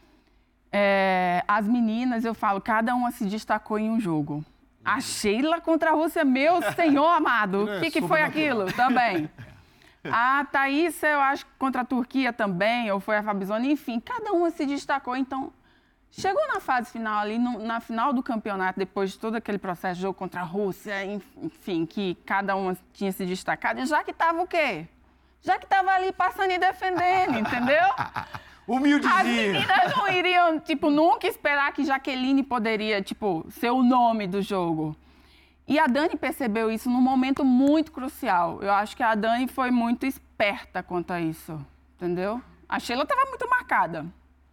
É, as meninas, eu falo, cada uma se destacou em um jogo. A Sheila contra a Rússia, meu senhor amado, o que, que foi aquilo também? A Thaísa, eu acho, contra a Turquia também, ou foi a Fabizona, enfim, cada uma se destacou. Então, chegou na fase final ali, no, na final do campeonato, depois de todo aquele processo de jogo contra a Rússia, enfim, que cada uma tinha se destacado, e já que estava o quê? Já que estava ali passando e defendendo, entendeu? Humildezinha. As meninas não iriam, tipo, nunca esperar que Jaqueline poderia, tipo, ser o nome do jogo. E a Dani percebeu isso num momento muito crucial. Eu acho que a Dani foi muito esperta quanto a isso, entendeu? A Sheila estava muito marcada.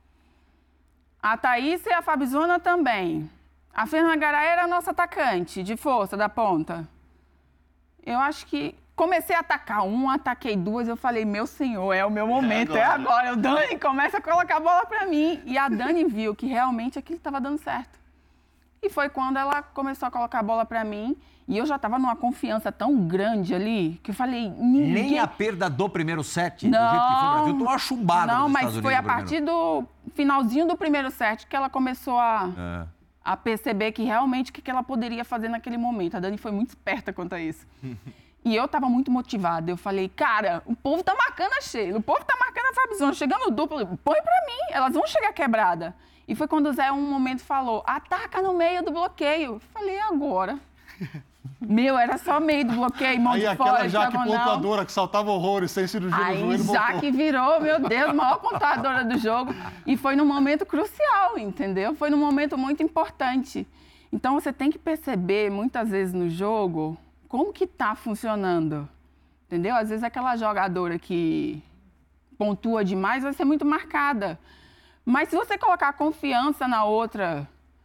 A Thaís e a Fabizona também. A Fernanda Garay era a nossa atacante de força da ponta. Eu acho que... Comecei a atacar um, ataquei duas, eu falei, meu senhor, é o meu momento, é agora. É agora. O Dani começa a colocar a bola pra mim. E a Dani viu que realmente aquilo estava dando certo. E foi quando ela começou a colocar a bola pra mim. E eu já estava numa confiança tão grande ali, que eu falei, ninguém... Nem a perda do primeiro set, não, do jeito que foi o Brasil, tomou uma chumbada Não, nos mas Estados foi Unidos a partir do finalzinho do primeiro set que ela começou a... É. a perceber que realmente o que ela poderia fazer naquele momento. A Dani foi muito esperta quanto a isso. E eu estava muito motivada. Eu falei, cara, o povo tá marcando a Sheila, o povo tá marcando a Fabizona, chegando duplo, põe pra mim, elas vão chegar quebrada. E foi quando o Zé, um momento, falou, ataca no meio do bloqueio. Eu falei, agora? Meu, era só meio do bloqueio, mão aí, de fora, aquela Jaque pontuadora que saltava horrores, sem cirurgia aí, no joelho. Aí Jaque virou, meu Deus, a maior pontuadora do jogo. E foi num momento crucial, entendeu? Foi num momento muito importante. Então, você tem que perceber, muitas vezes no jogo, como que tá funcionando, entendeu? Às vezes aquela jogadora que pontua demais vai ser muito marcada. Mas se você colocar confiança na outra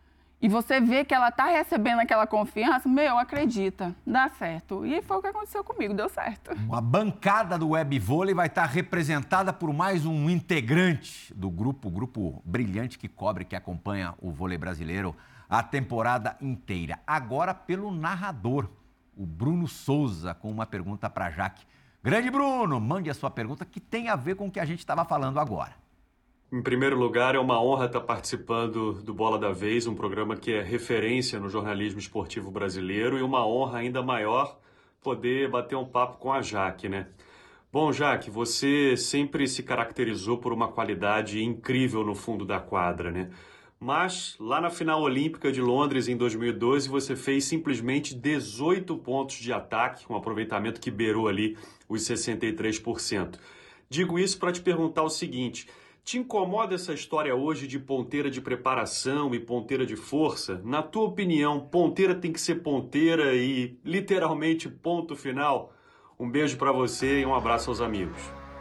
e você vê que ela está recebendo aquela confiança, meu, acredita, dá certo. E foi o que aconteceu comigo, deu certo. A bancada do Web Vôlei vai estar representada por mais um integrante do grupo, grupo brilhante que cobre, que acompanha o vôlei brasileiro a temporada inteira. Agora pelo narrador, o Bruno Souza, com uma pergunta para a Jaque. Grande Bruno, mande a sua pergunta que tem a ver com o que a gente estava falando agora. Em primeiro lugar, é uma honra estar participando do Bola da Vez, um programa que é referência no jornalismo esportivo brasileiro, e uma honra ainda maior poder bater um papo com a Jaque, né? Bom, Jaque, você sempre se caracterizou por uma qualidade incrível no fundo da quadra, né? Mas lá na final olímpica de Londres em dois mil e doze, você fez simplesmente dezoito pontos de ataque, um aproveitamento que beirou ali os sessenta e três por cento. Digo isso para te perguntar o seguinte: te incomoda essa história hoje de ponteira de preparação e ponteira de força? Na tua opinião, ponteira tem que ser ponteira e literalmente ponto final? Um beijo para você e um abraço aos amigos.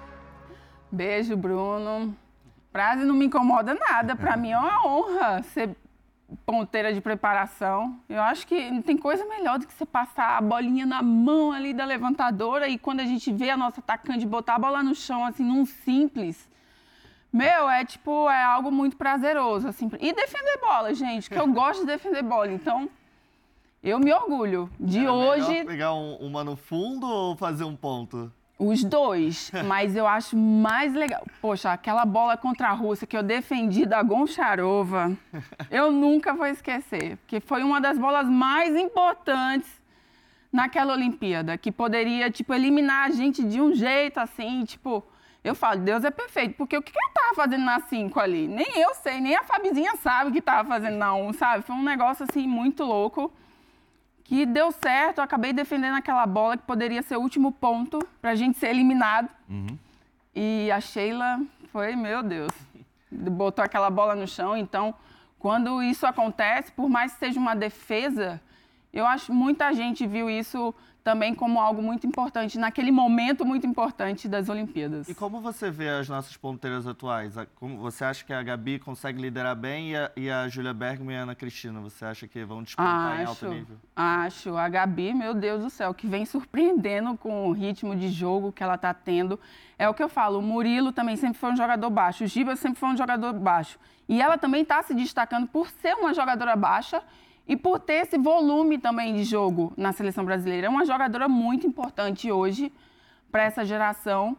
Beijo, Bruno. Frase não me incomoda nada. Para mim é uma honra ser ponteira de preparação. Eu acho que não tem coisa melhor do que você passar a bolinha na mão ali da levantadora e quando a gente vê a nossa atacante botar a bola no chão, assim, num simples... Meu, é tipo, é algo muito prazeroso, assim. E defender bola, gente, que eu gosto de defender bola. Então, eu me orgulho de Era hoje... melhor pegar um, uma no fundo ou fazer um ponto? Os dois, mas eu acho mais legal. Poxa, aquela bola contra a Rússia que eu defendi da Goncharova, eu nunca vou esquecer. Porque foi uma das bolas mais importantes naquela Olimpíada, que poderia, tipo, eliminar a gente de um jeito, assim, tipo... Eu falo, Deus é perfeito, porque o que ele estava fazendo na cinco ali? Nem eu sei, nem a Fabizinha sabe o que estava fazendo na um, sabe? Foi um negócio, assim, muito louco, que deu certo. Eu acabei defendendo aquela bola que poderia ser o último ponto para a gente ser eliminado. Uhum. E a Sheila foi, meu Deus, botou aquela bola no chão. Então, quando isso acontece, por mais que seja uma defesa, eu acho que muita gente viu isso também como algo muito importante, naquele momento muito importante das Olimpíadas. E como você vê as nossas ponteiras atuais? Como você acha que a Gabi consegue liderar bem e a, e a Júlia Bergman e a Ana Cristina? Você acha que vão disputar em alto nível? Acho. A Gabi, meu Deus do céu, que vem surpreendendo com o ritmo de jogo que ela está tendo. É o que eu falo, o Murilo também sempre foi um jogador baixo, o Giba sempre foi um jogador baixo. E ela também está se destacando por ser uma jogadora baixa e por ter esse volume também de jogo na seleção brasileira. É uma jogadora muito importante hoje para essa geração.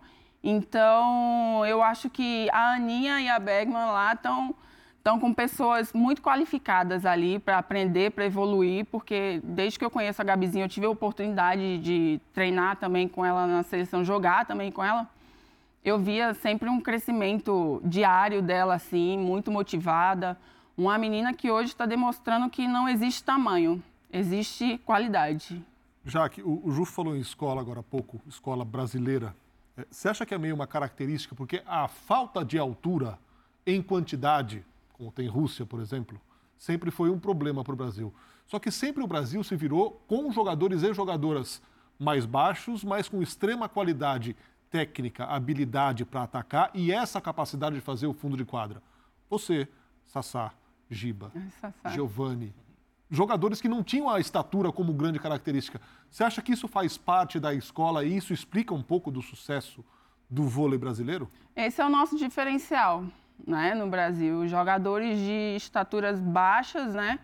Então, eu acho que a Aninha e a Bergman lá estão estão com pessoas muito qualificadas ali para aprender, para evoluir, porque desde que eu conheço a Gabizinha, eu tive a oportunidade de treinar também com ela na seleção, jogar também com ela. Eu via sempre um crescimento diário dela, assim, muito motivada. Uma menina que hoje está demonstrando que não existe tamanho, existe qualidade. Jaque, o, o Ju falou em escola agora há pouco, escola brasileira. É, você acha que é meio uma característica, porque a falta de altura em quantidade, como tem Rússia, por exemplo, sempre foi um problema para o Brasil. Só que sempre o Brasil se virou com jogadores e jogadoras mais baixos, mas com extrema qualidade técnica, habilidade para atacar e essa capacidade de fazer o fundo de quadra. Você, Sassá, Giba, Giovani, jogadores que não tinham a estatura como grande característica. Você acha que isso faz parte da escola e isso explica um pouco do sucesso do vôlei brasileiro? Esse é o nosso diferencial, né, no Brasil. Jogadores de estaturas baixas, né,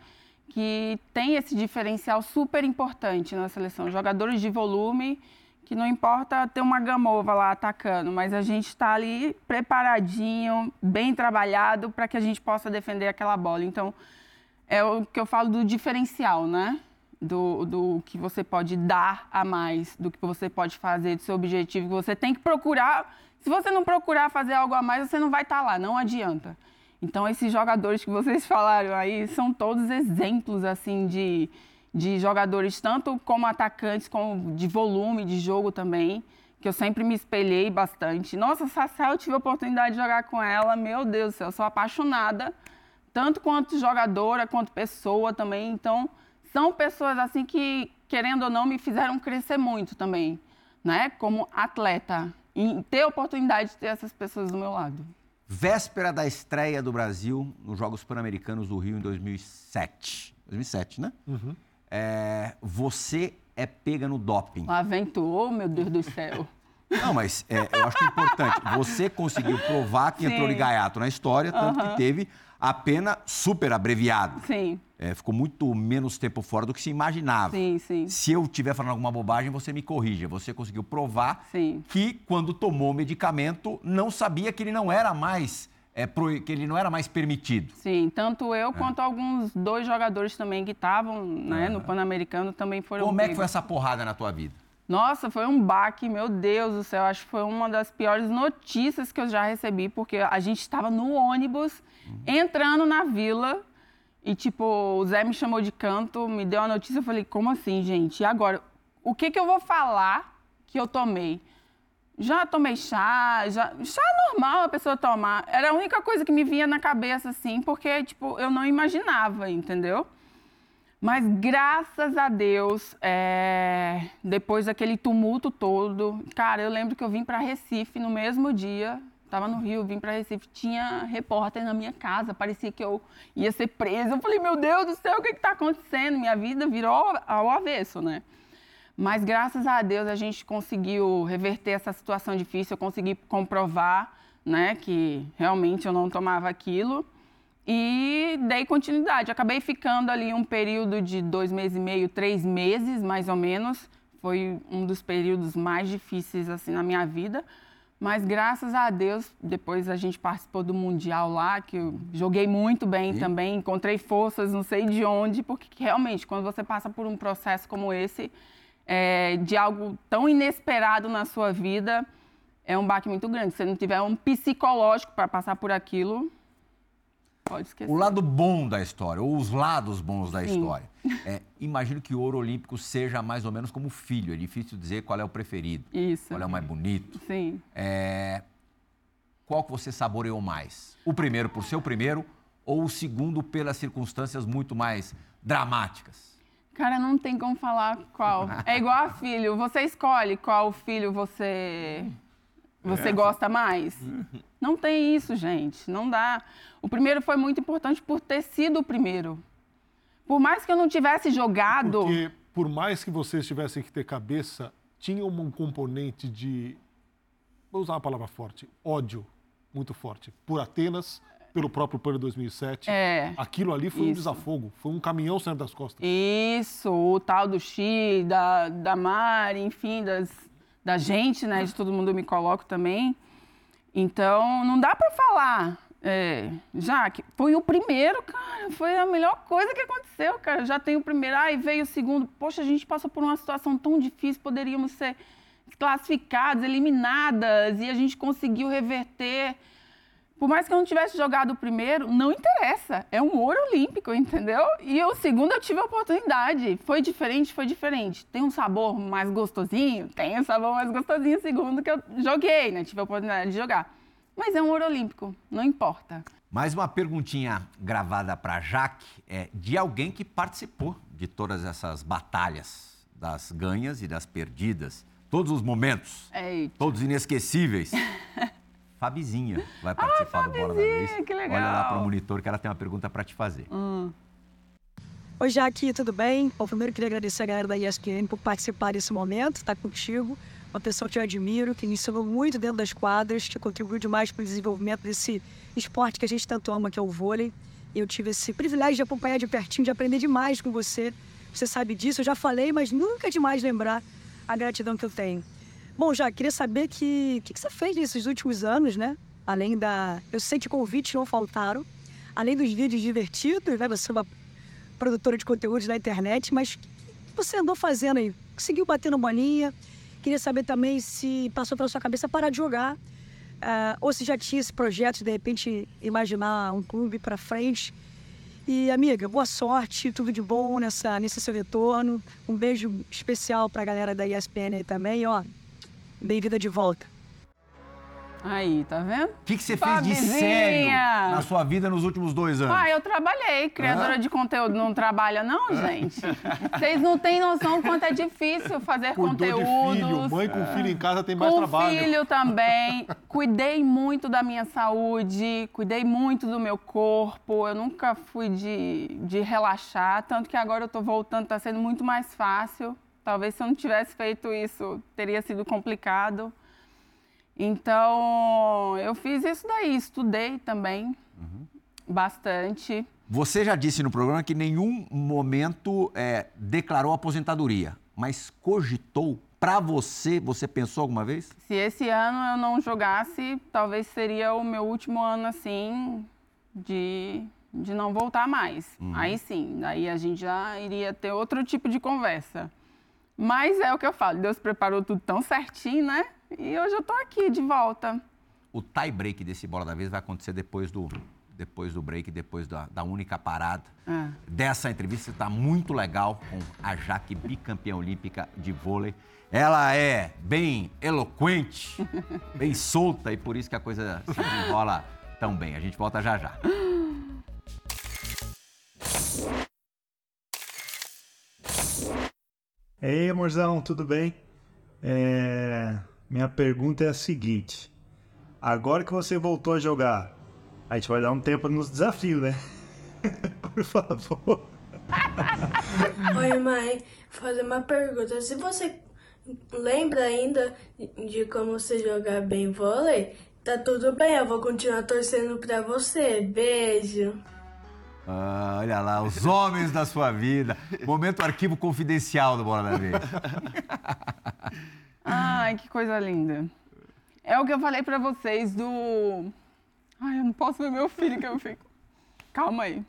que tem esse diferencial super importante na seleção. Jogadores de volume, que não importa ter uma Gamova lá atacando, mas a gente está ali preparadinho, bem trabalhado para que a gente possa defender aquela bola. Então, é o que eu falo do diferencial, né? Do, do que você pode dar a mais, do que você pode fazer, do seu objetivo, que você tem que procurar. Se você não procurar fazer algo a mais, você não vai estar lá, não adianta. Então, esses jogadores que vocês falaram aí são todos exemplos, assim, de... de jogadores, tanto como atacantes, como de volume, de jogo também, que eu sempre me espelhei bastante. Nossa, Sassá, eu tive a oportunidade de jogar com ela, meu Deus do céu, eu sou apaixonada, tanto quanto jogadora, quanto pessoa também. Então, são pessoas assim que, querendo ou não, me fizeram crescer muito também, né, como atleta, e ter a oportunidade de ter essas pessoas do meu lado. véspera da estreia do Brasil nos Jogos Pan-Americanos do Rio em dois mil e sete. dois mil e sete, né? Uhum. É, você é pega no doping. Lá vem tu, oh, meu Deus do céu. Não, mas é, eu acho que é importante. Você conseguiu provar que Sim. entrou de gaiato na história, tanto Uhum. que teve a pena super abreviada. Sim, É, ficou muito menos tempo fora do que se imaginava. sim, sim. Se eu estiver falando alguma bobagem, você me corrija. Você conseguiu provar Sim. que, quando tomou o medicamento, não sabia que ele não era mais, é, pro- que ele não era mais permitido. Sim, tanto eu quanto alguns dois jogadores também que estavam, né, no Pan-Americano também foram Como é que pegos. foi essa porrada na tua vida? Nossa, foi um baque, meu Deus do céu. Acho que foi uma das piores notícias que eu já recebi, porque a gente estava no ônibus, entrando na vila, e tipo, o Zé me chamou de canto, me deu a notícia, eu falei, como assim, gente? E agora, o que que eu vou falar que eu tomei? Já tomei chá, já... chá normal a pessoa tomar. Era a única coisa que me vinha na cabeça, assim, porque, tipo, eu não imaginava, entendeu? Mas, graças a Deus, é, depois daquele tumulto todo... Cara, eu lembro que eu vim para Recife no mesmo dia. Estava no Rio, vim para Recife. Tinha repórter na minha casa. Parecia que eu ia ser presa. Eu falei, meu Deus do céu, o que está acontecendo? Minha vida virou ao avesso, né? Mas, graças a Deus, a gente conseguiu reverter essa situação difícil. Eu consegui comprovar, né, que realmente eu não tomava aquilo. E dei continuidade. Acabei ficando ali um período de dois meses e meio, três meses, mais ou menos. Foi um dos períodos mais difíceis, assim, na minha vida. Mas, graças a Deus, depois a gente participou do Mundial lá, que eu joguei muito bem Sim. também. Encontrei forças, não sei de onde, porque realmente, quando você passa por um processo como esse, é, de algo tão inesperado na sua vida, é um baque muito grande. Se você não tiver um psicológico para passar por aquilo... Pode esquecer. O lado bom da história, ou os lados bons da Sim. história. É, imagino que o ouro olímpico seja mais ou menos como filho. É difícil dizer qual é o preferido, Isso. qual é o mais bonito. Sim. É, qual que você saboreou mais? O primeiro por ser o primeiro ou o segundo pelas circunstâncias muito mais dramáticas? Cara, não tem como falar qual. É igual a filho. Você escolhe qual filho você, você gosta mais. Não tem isso, gente. Não dá. O primeiro foi muito importante por ter sido o primeiro. Por mais que eu não tivesse jogado... Porque, por mais que vocês tivessem que ter cabeça, tinha um componente de, vou usar uma palavra forte, ódio muito forte. Por Atenas, pelo próprio Pan de dois mil e sete. É. Aquilo ali foi um Isso. desafogo, foi um caminhão saindo das costas. Isso, o tal do Xi, da, da Mari, enfim, das, da gente, né? De todo mundo eu me coloco também. Então, não dá pra falar... É, já que foi o primeiro, cara, foi a melhor coisa que aconteceu, cara. Já tem o primeiro, aí veio o segundo. Poxa, a gente passou por uma situação tão difícil, poderíamos ser desclassificados, eliminadas, e a gente conseguiu reverter. Por mais que eu não tivesse jogado o primeiro, não interessa, é um ouro olímpico, entendeu? E o segundo eu tive a oportunidade. Foi diferente, foi diferente. Tem um sabor mais gostosinho? Tem um sabor mais gostosinho o segundo que eu joguei, né? Tive a oportunidade de jogar. Mas é um ouro olímpico, não importa. Mais uma perguntinha gravada para Jaque, é de alguém que participou de todas essas batalhas, das ganhas e das perdidas, todos os momentos, Eita. todos inesquecíveis. Fabizinha vai participar do Bola da Vez. que legal. Olha lá para o monitor que ela tem uma pergunta para te fazer. Hum. Oi, Jaque, tudo bem? Bom, primeiro queria agradecer a galera da E S P N por participar desse momento, estar contigo. Uma pessoa que eu admiro, que me ensinou muito dentro das quadras, que contribuiu demais para o desenvolvimento desse esporte que a gente tanto ama, que é o vôlei. Eu tive esse privilégio de acompanhar de pertinho, de aprender demais com você. Você sabe disso, eu já falei, mas nunca é demais lembrar a gratidão que eu tenho. Bom, já queria saber que, o que, que você fez nesses últimos anos, né? Além da... Eu sei que convites não faltaram. Além dos vídeos divertidos, né? Você é uma produtora de conteúdos na internet, mas o que você andou fazendo aí? Conseguiu bater na bolinha? Queria saber também se passou pela sua cabeça parar de jogar, uh, ou se já tinha esse projeto de, de repente, imaginar um clube para frente. E, amiga, boa sorte, tudo de bom nessa, nesse seu retorno. Um beijo especial para a galera da E S P N aí também, ó. Bem-vinda de volta. Aí, tá vendo? O que, que você fez de sério na sua vida nos últimos dois anos? Ah, eu trabalhei. Criadora de conteúdo não trabalha, não, gente? Vocês não têm noção quanto é difícil fazer Cuidou conteúdos. de filho. Mãe com filho em casa tem mais com trabalho. Com filho também. Cuidei muito da minha saúde, cuidei muito do meu corpo. Eu nunca fui de, de relaxar, tanto que agora eu tô voltando, tá sendo muito mais fácil. Talvez se eu não tivesse feito isso, teria sido complicado. Então, eu fiz isso daí, estudei também, uhum. bastante. Você já disse no programa que em nenhum momento é, declarou aposentadoria, mas cogitou para você, você pensou alguma vez? Se esse ano eu não jogasse, talvez seria o meu último ano, assim, de, de não voltar mais. Uhum. Aí sim, daí a gente já iria ter outro tipo de conversa. Mas é o que eu falo, Deus preparou tudo tão certinho, né? E hoje eu tô aqui de volta. O tie break desse Bola da Vez vai acontecer depois do, depois do break, depois da, da única parada. É. Dessa entrevista está muito legal com a Jaque, bicampeã olímpica de vôlei. Ela é bem eloquente, bem solta e por isso que a coisa se desenrola tão bem. A gente volta já já. Ei, amorzão, tudo bem? É... Minha pergunta é a seguinte. Agora que você voltou a jogar, a gente vai dar um tempo nos desafios, né? Por favor. Oi, mãe. Vou fazer uma pergunta. Se você lembra ainda de como você jogar bem vôlei, tá tudo bem. Eu vou continuar torcendo pra você. Beijo. Ah, olha lá, os homens da sua vida. Momento arquivo confidencial do Bola da Vez. Ai, que coisa linda. É o que eu falei pra vocês do... Ai, eu não posso ver meu filho que eu fico... Calma aí.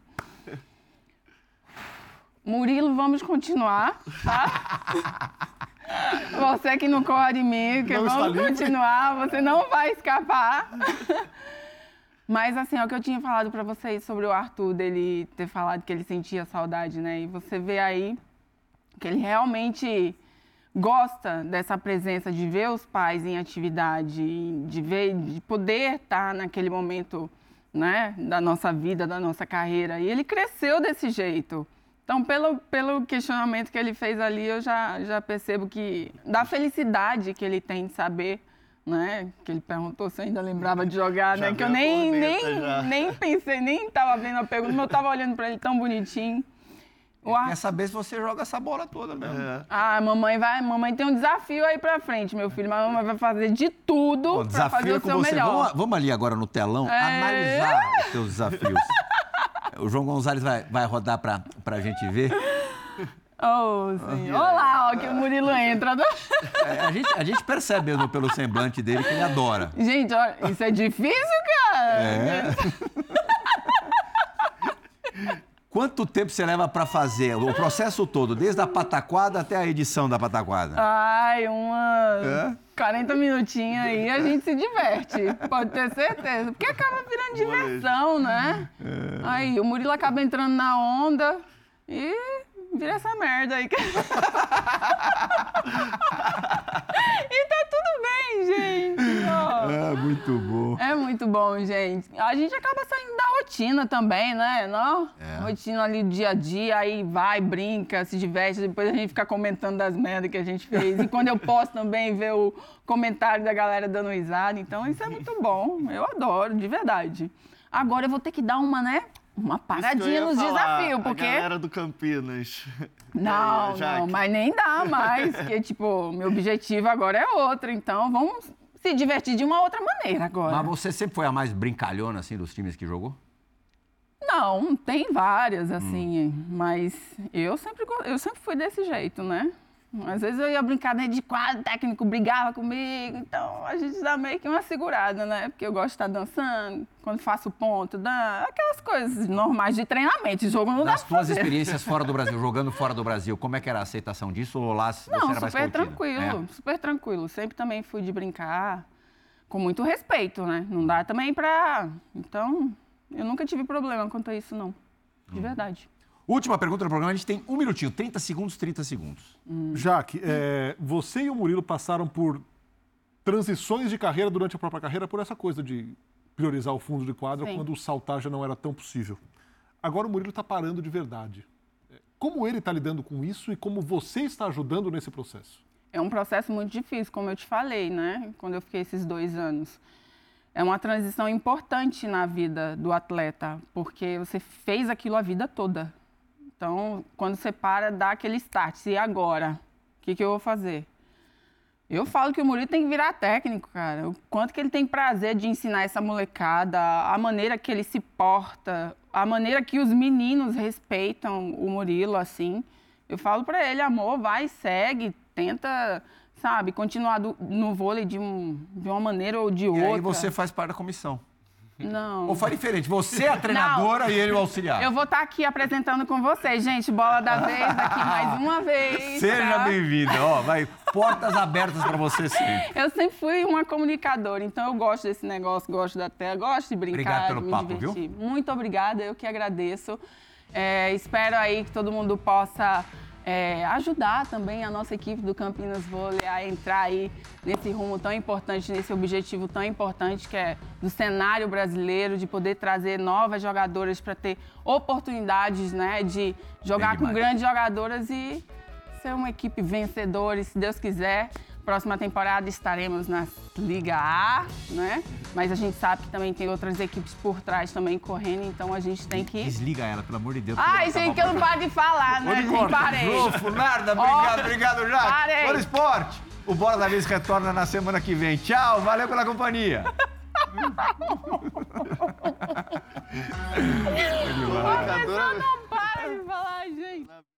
Murilo, vamos continuar, tá? Você que não corre de mim, que não vamos continuar, você não vai escapar. Mas, assim, é o que eu tinha falado pra vocês sobre o Arthur, dele ter falado que ele sentia saudade, né? E você vê aí que ele realmente gosta dessa presença, de ver os pais em atividade, de ver, de poder estar naquele momento, né, da nossa vida, da nossa carreira. E ele cresceu desse jeito. Então, pelo, pelo questionamento que ele fez ali, eu já, já percebo que da felicidade que ele tem de saber, né, que ele perguntou se eu ainda lembrava de jogar, já né, que eu nem, nem, nem pensei, nem estava vendo a pergunta, mas eu estava olhando para ele tão bonitinho. Ar... Quer saber se você joga essa bola toda mesmo. É. Ah, mamãe vai, mamãe tem um desafio aí pra frente, meu filho. Mas a mamãe vai fazer de tudo Bom, pra fazer o seu você. melhor. Vamos, vamos ali agora no telão é... analisar os seus desafios. O João Gonzalez vai, vai rodar pra, pra gente ver. Oh, sim. Olha lá, ó, que o Murilo entra. É, a, gente, a gente percebe mesmo pelo semblante dele que ele adora. Gente, olha, isso é difícil, cara. É. Quanto tempo você leva para fazer o processo todo, desde a pataquada até a edição da pataquada? Ai, umas é? quarenta minutinhos aí a gente se diverte, pode ter certeza. Porque acaba virando diversão, né? É. Aí o Murilo acaba entrando na onda e vira essa merda aí. E tá tudo bem, gente. Oh. É muito bom. É muito bom, gente. A gente acaba saindo da rotina também, né? Não? É. Rotina ali do dia a dia, aí vai, brinca, se diverte, depois a gente fica comentando das merdas que a gente fez. E quando eu posso também ver o comentário da galera dando risada. Então isso é muito bom. Eu adoro, de verdade. Agora eu vou ter que dar uma, né? Uma paradinha nos desafios, porque... A galera do Campinas. Não, não, mas nem dá mais, porque, tipo, meu objetivo agora é outro, então vamos se divertir de uma outra maneira agora. Mas você sempre foi a mais brincalhona, assim, dos times que jogou? Não, tem várias, assim, hum. mas eu sempre, eu sempre fui desse jeito, né? Às vezes eu ia brincar dentro de quadro, o técnico brigava comigo, então a gente dá meio que uma segurada, né? Porque eu gosto de estar dançando, quando faço ponto, dá aquelas coisas normais de treinamento, jogo não dá pra fazer. Nas tuas experiências fora do Brasil, jogando fora do Brasil, como é que era a aceitação disso ou lá você não, era mais super tranquilo, é? super tranquilo. Sempre também fui de brincar, com muito respeito, né? Não dá também pra... Então, eu nunca tive problema quanto a isso, não. De hum. verdade. Última pergunta do programa, a gente tem um minutinho, trinta segundos, trinta segundos. Hum. Jaque, é, você e o Murilo passaram por transições de carreira durante a própria carreira por essa coisa de priorizar o fundo de quadra Sim. quando o saltar já não era tão possível. Agora o Murilo está parando de verdade. Como ele está lidando com isso e como você está ajudando nesse processo? É um processo muito difícil, como eu te falei, né? Quando eu fiquei esses dois anos. É uma transição importante na vida do atleta, porque você fez aquilo a vida toda. Então, quando você para, dá aquele start. E agora? O que, que eu vou fazer? Eu falo que o Murilo tem que virar técnico, cara. O quanto que ele tem prazer de ensinar essa molecada, a maneira que ele se porta, a maneira que os meninos respeitam o Murilo, assim. Eu falo pra ele, amor, vai, segue, tenta, sabe, continuar do, no vôlei de, um, de uma maneira ou de outra. E aí você faz parte da comissão. Não. Ou faz diferente, você é a treinadora Não. e ele o auxiliar. Eu vou estar aqui apresentando com vocês, gente. Bola da vez, daqui mais uma vez. Seja tá? bem-vindo. Ó, vai, portas abertas para você sempre. Eu sempre fui uma comunicadora, então eu gosto desse negócio, gosto da tela, gosto de brincar, Obrigado pelo de me papo, divertir. viu? Muito obrigada, eu que agradeço. É, espero aí que todo mundo possa é, ajudar também a nossa equipe do Campinas Vôlei a entrar aí nesse rumo tão importante, nesse objetivo tão importante que é do cenário brasileiro, de poder trazer novas jogadoras para ter oportunidades, né, de jogar com grandes jogadoras e ser uma equipe vencedora, e se Deus quiser, próxima temporada estaremos na Liga A, né? Mas a gente sabe que também tem outras equipes por trás também correndo, então a gente tem que... Desliga ela, pelo amor de Deus. Ai, gente, que eu não paro de falar, né? Parei. Ufo, nada, obrigado, Ó, obrigado, Jaque. parei. Bora Esporte. O Bola da Vez retorna na semana que vem. Tchau, valeu pela companhia. A pessoa não para de falar, gente.